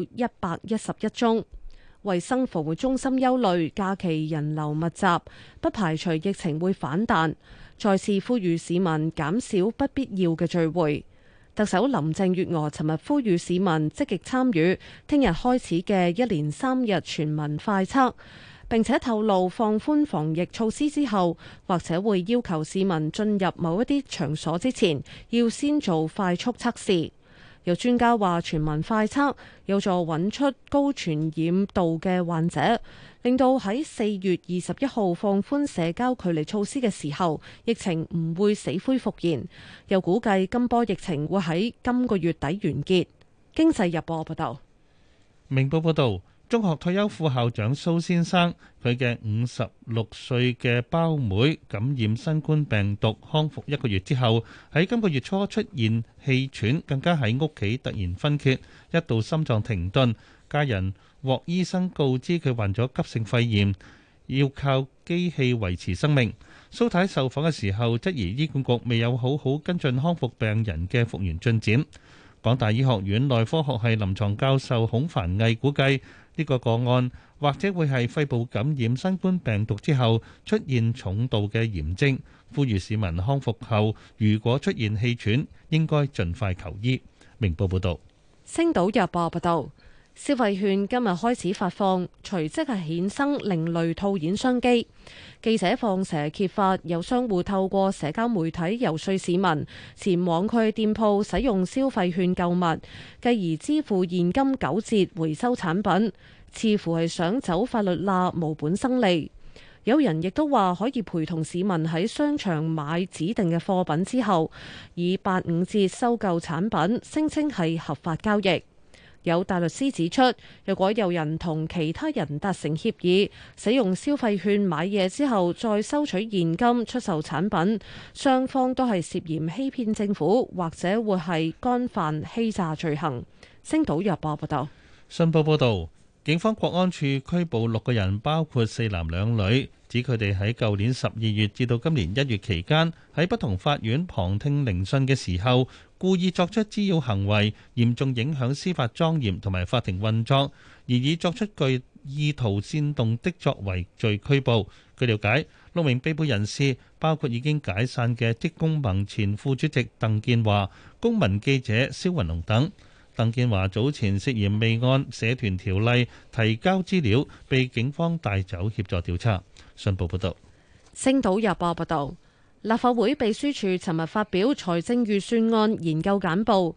111宗。衛生防護中心憂慮假期人流密集，不排除疫情會反彈，再次呼籲市民減少不必要嘅聚會。特首林鄭月娥尋日呼籲市民積極參與聽日開始嘅1連3日全民快測，並且透露放寬防疫措施之後，或者會要求市民進入某一啲場所之前，要先做快速測試。有專家話，全民快測有助揾出高傳染度嘅患者，令到喺4月21號放寬社交距離措施嘅時候，疫情唔會死灰復燃。又估計今波疫情會喺今個月底完結。經濟日報報道。 明報報導。中學退休副校長蘇先生，佢嘅56歲嘅胞妹感染新冠病毒康復1個月之後，喺今個月初出現氣喘，更加喺屋企突然昏厥，一度心臟停頓。家人獲醫生告知佢患咗急性肺炎，要靠機器維持生命。蘇太受訪嘅時候質疑醫管局未有好好跟進康復病人嘅復原進展。港大醫學院內科學系臨床教授孔凡毅估計，呢個個案或者會係肺部感染新冠病毒之後出現重度嘅炎症，呼籲市民康復後如果出現氣喘，應該盡快求醫。明報報導。 星島日報報道，消費券今日開始發放，隨即係衍生另類套現商機。記者放蛇揭發，有商戶透過社交媒體遊說市民前往佢店鋪使用消費券購物，繼而支付現金9折回收產品，似乎係想走法律罅無本生利。有人亦都話可以陪同市民喺商場買指定嘅貨品之後，以85折收購產品，聲稱係合法交易。有大律師指出，若果有人同其他人達成協議，使用消費券買嘢之後再收取現金出售產品，雙方都係涉嫌欺騙政府，或者會係干犯欺詐罪行。星島日報報道。 信報報導，警方國安處拘捕6個人，包括4男2女，指佢哋喺舊年12月至到今年1月期間，喺不同法院旁聽聆訊嘅時候，故意作出滋擾行為，嚴重影響司法莊嚴同埋法庭運作，而以作出具意圖煽動的作為罪拘捕。據了解，6名被捕人士包括已經解散嘅職工盟前副主席鄧建華、公民記者蕭雲龍等。鄧建華早前涉嫌未按社團條例提交資料，被警方帶走協助調查。信報報道。 星島日報報道。立法會秘書處尋日發表財政預算案研究簡報，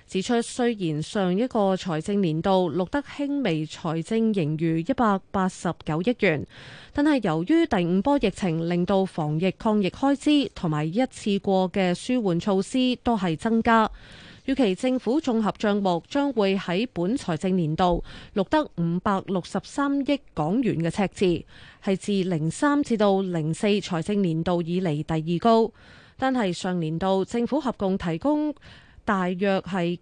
指出雖然上一個財政年度錄得輕微財政盈餘189億元，但係由於第五波疫情令到防疫抗疫開支同埋一次過嘅舒緩措施都係增加。預期政府綜合帳目將會喺本財政年度錄得563億港元嘅赤字，係自03至到04財政年度以嚟第二高。但係上年度政府合共提供大約係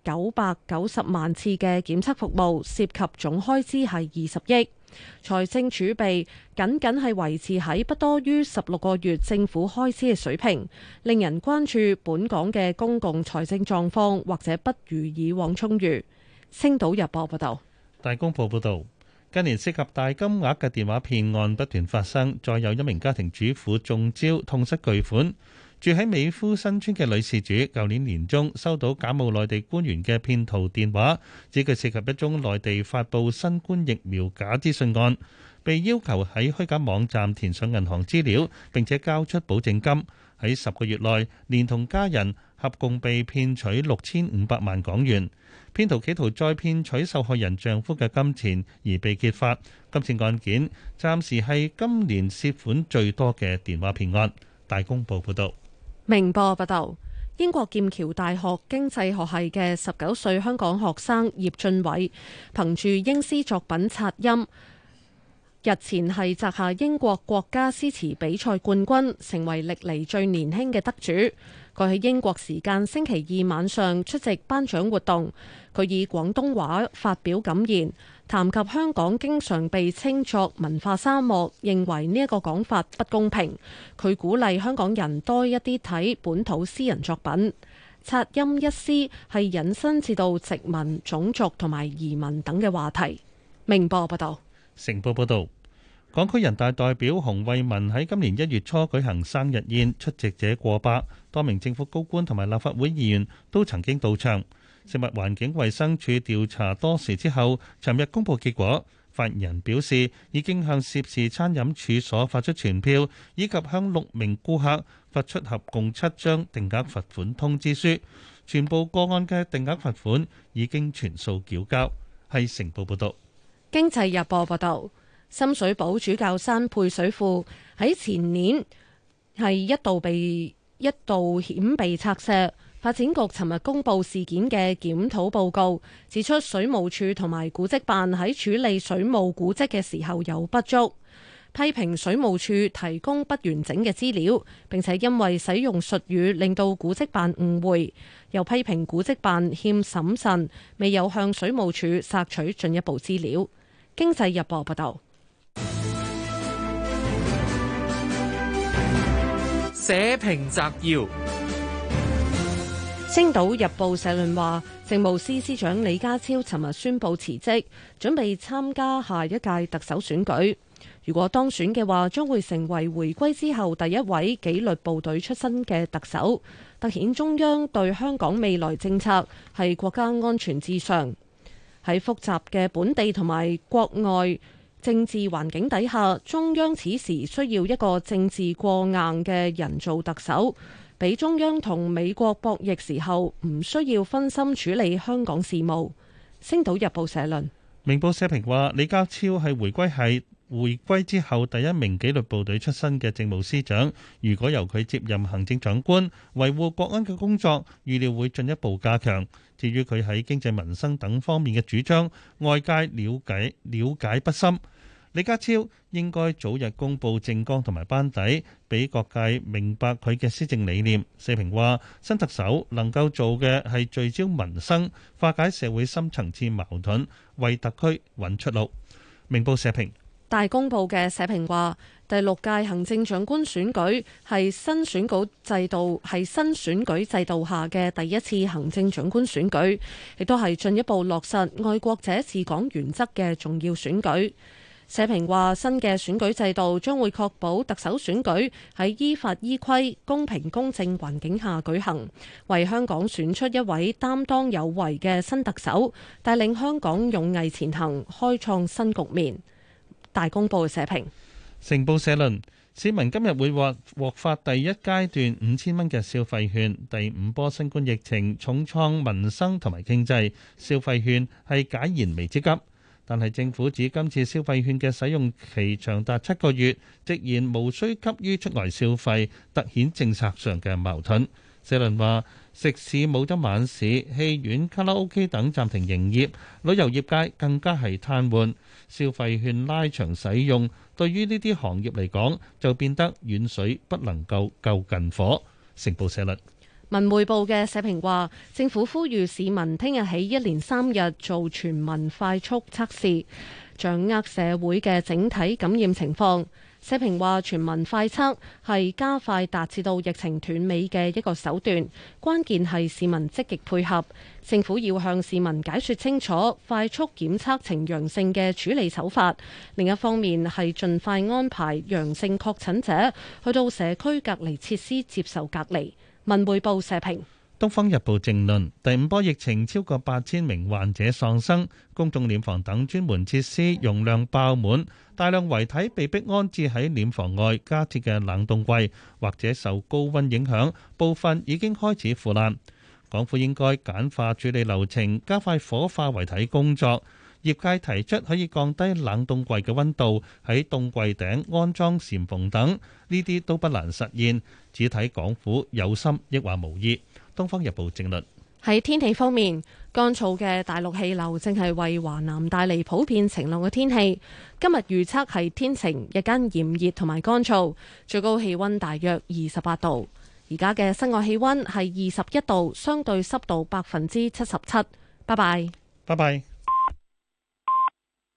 990萬次嘅檢測服務，涉及總開支係20億。財政儲備僅係維持喺不多於16個月政府開支嘅水平，令人關注本港嘅公共財政狀況或者不如以往充裕。星島日報報道。 大公報報道，近年涉及大金額嘅電話騙案不斷發生，再有一名家庭主婦中招，痛失巨款。住喺美孚新村嘅女事主，舊年年中收到假冒內地官員嘅騙徒電話，指佢涉及一宗內地發布新冠疫苗假資訊案，被要求喺虛假網站填上銀行資料，並且交出保證金。喺10個月內，連同家人合共被騙取6500萬港元。騙徒企圖再騙取受害人丈夫嘅金錢，而被揭發。今次案件暫時係今年涉款最多嘅電話騙案。大公報報道。 明報報道，英國劍橋大學經濟學系嘅19歲香港學生葉俊偉，憑住英詩作品《擦音》，日前係摘下英國國家詩詞比賽冠軍，成為歷嚟最年輕嘅得主。佢喺英國時間星期二晚上出席頒獎活動，佢以廣東話發表感言，談及香港經常被稱作文化沙漠，認為呢一個講法不公平。佢鼓勵香港人多一啲睇本土詩人作品。擦音一詩係引申至到殖民、種族同埋移民等嘅話題。明報報道。 成報報導。港區人大代表洪為民喺今年1月初舉行生日宴，出席者過百，多名政府高官同埋立法會議員都曾經到場。食物環境衛生署調查多時之後，尋日公佈結果。發言人表示，已經向涉事餐飲處所發出傳票，以及向6名顧客發出合共7張定額罰款通知書。全部個案嘅定額罰款已經全數繳交。係成報報導。 經濟日報報導。深水埗主教山配水庫喺前年係一度險被拆卸。發展局尋日公布事件嘅檢討報告，指出水務署同埋古蹟辦喺處理水務古蹟嘅時候有不足，批評水務署提供不完整嘅資料，並且因為使用術語令到古蹟辦誤會，又批評古蹟辦欠審慎，未有向水務署索取進一步資料。經濟日報報道。 社評摘要： 星島日報社論話，政務司司長李家超尋日宣布辭職，準備參加下一屆特首選舉。如果當選嘅話，將會成為回歸之後第一位紀律部隊出身嘅特首，凸顯中央對香港未來政策係國家安全至上。喺複雜嘅本地同埋國外政治環境底下，中央此時需要一個政治過硬嘅人做特首，俾中央同美國博弈時候唔需要分心處理香港事務。星島日報社論。 明報社評話，李家超係回歸之後第一名紀律部隊出身嘅政務司長，如果由佢接任行政長官，維護國安嘅工作預料會進一步加強。至於佢喺經濟民生等方面嘅主張，外界了解不深。李家超應該早日公布政綱同埋班底，俾各界明白佢嘅施政理念。社評話，新特首能夠做嘅係聚焦民生，化解社會深層次矛盾，為特區揾出路。明報社評。 大公報嘅社評話，第6屆行政長官選舉係新選舉制度下嘅第一次行政長官選舉，亦都係進一步落實愛國者治港原則嘅重要選舉。社評話，新嘅選舉制度將會確保特首選舉喺依法依規、公平公正環境下舉行，為香港選出一位擔當有為嘅新特首，帶領香港勇毅前行，開創新局面。大公報社評。 成報社論： 市民今日會獲發第一階段5000蚊嘅消費券。第五波新冠疫情重創民生同埋經濟，消費券係解燃眉之急。但係政府指今次消費券嘅使用期長達7個月，直言無需急於出外消費，凸顯政策上嘅矛盾。社論話，食肆冇得晚市，戲院、卡拉 OK 等暫停營業，旅遊業界更加係癱瘓。消費券拉長使用，對於呢啲行業嚟講，就變得遠水不能夠救近火。成報社論。 文匯報嘅社評話，政府呼籲市民聽日起1連3日做全民快速測試，掌握社會嘅整體感染情況。社評話，全民快測係加快達至到疫情斷尾嘅一個手段，關鍵係市民積極配合。政府要向市民解說清楚快速檢測呈陽性嘅處理手法，另一方面係盡快安排陽性確診者去到社區隔離設施接受隔離。文匯報社評。《 東方日報》正論：第五波疫情超過8000名患者喪生，公眾殮房等專門設施容量爆滿，大量遺體被迫安置喺殮房外加設嘅冷凍櫃，或者受高溫影響，部分已經開始腐爛。港府應該簡化處理流程，加快火化遺體工作。業界提出可以降低冷凍櫃嘅溫度，喺凍櫃頂安裝簷篷等，呢啲都不難實現，只睇港府有心抑或無意。《東方日報》正論。 喺天氣方面，乾燥嘅大陸氣流正係為華南帶嚟普遍晴朗嘅天氣。今日預測係天晴，日間炎熱同埋乾燥，最高氣溫大約28度。而家嘅室外氣溫係21度，相對濕度77%。拜拜。 拜拜。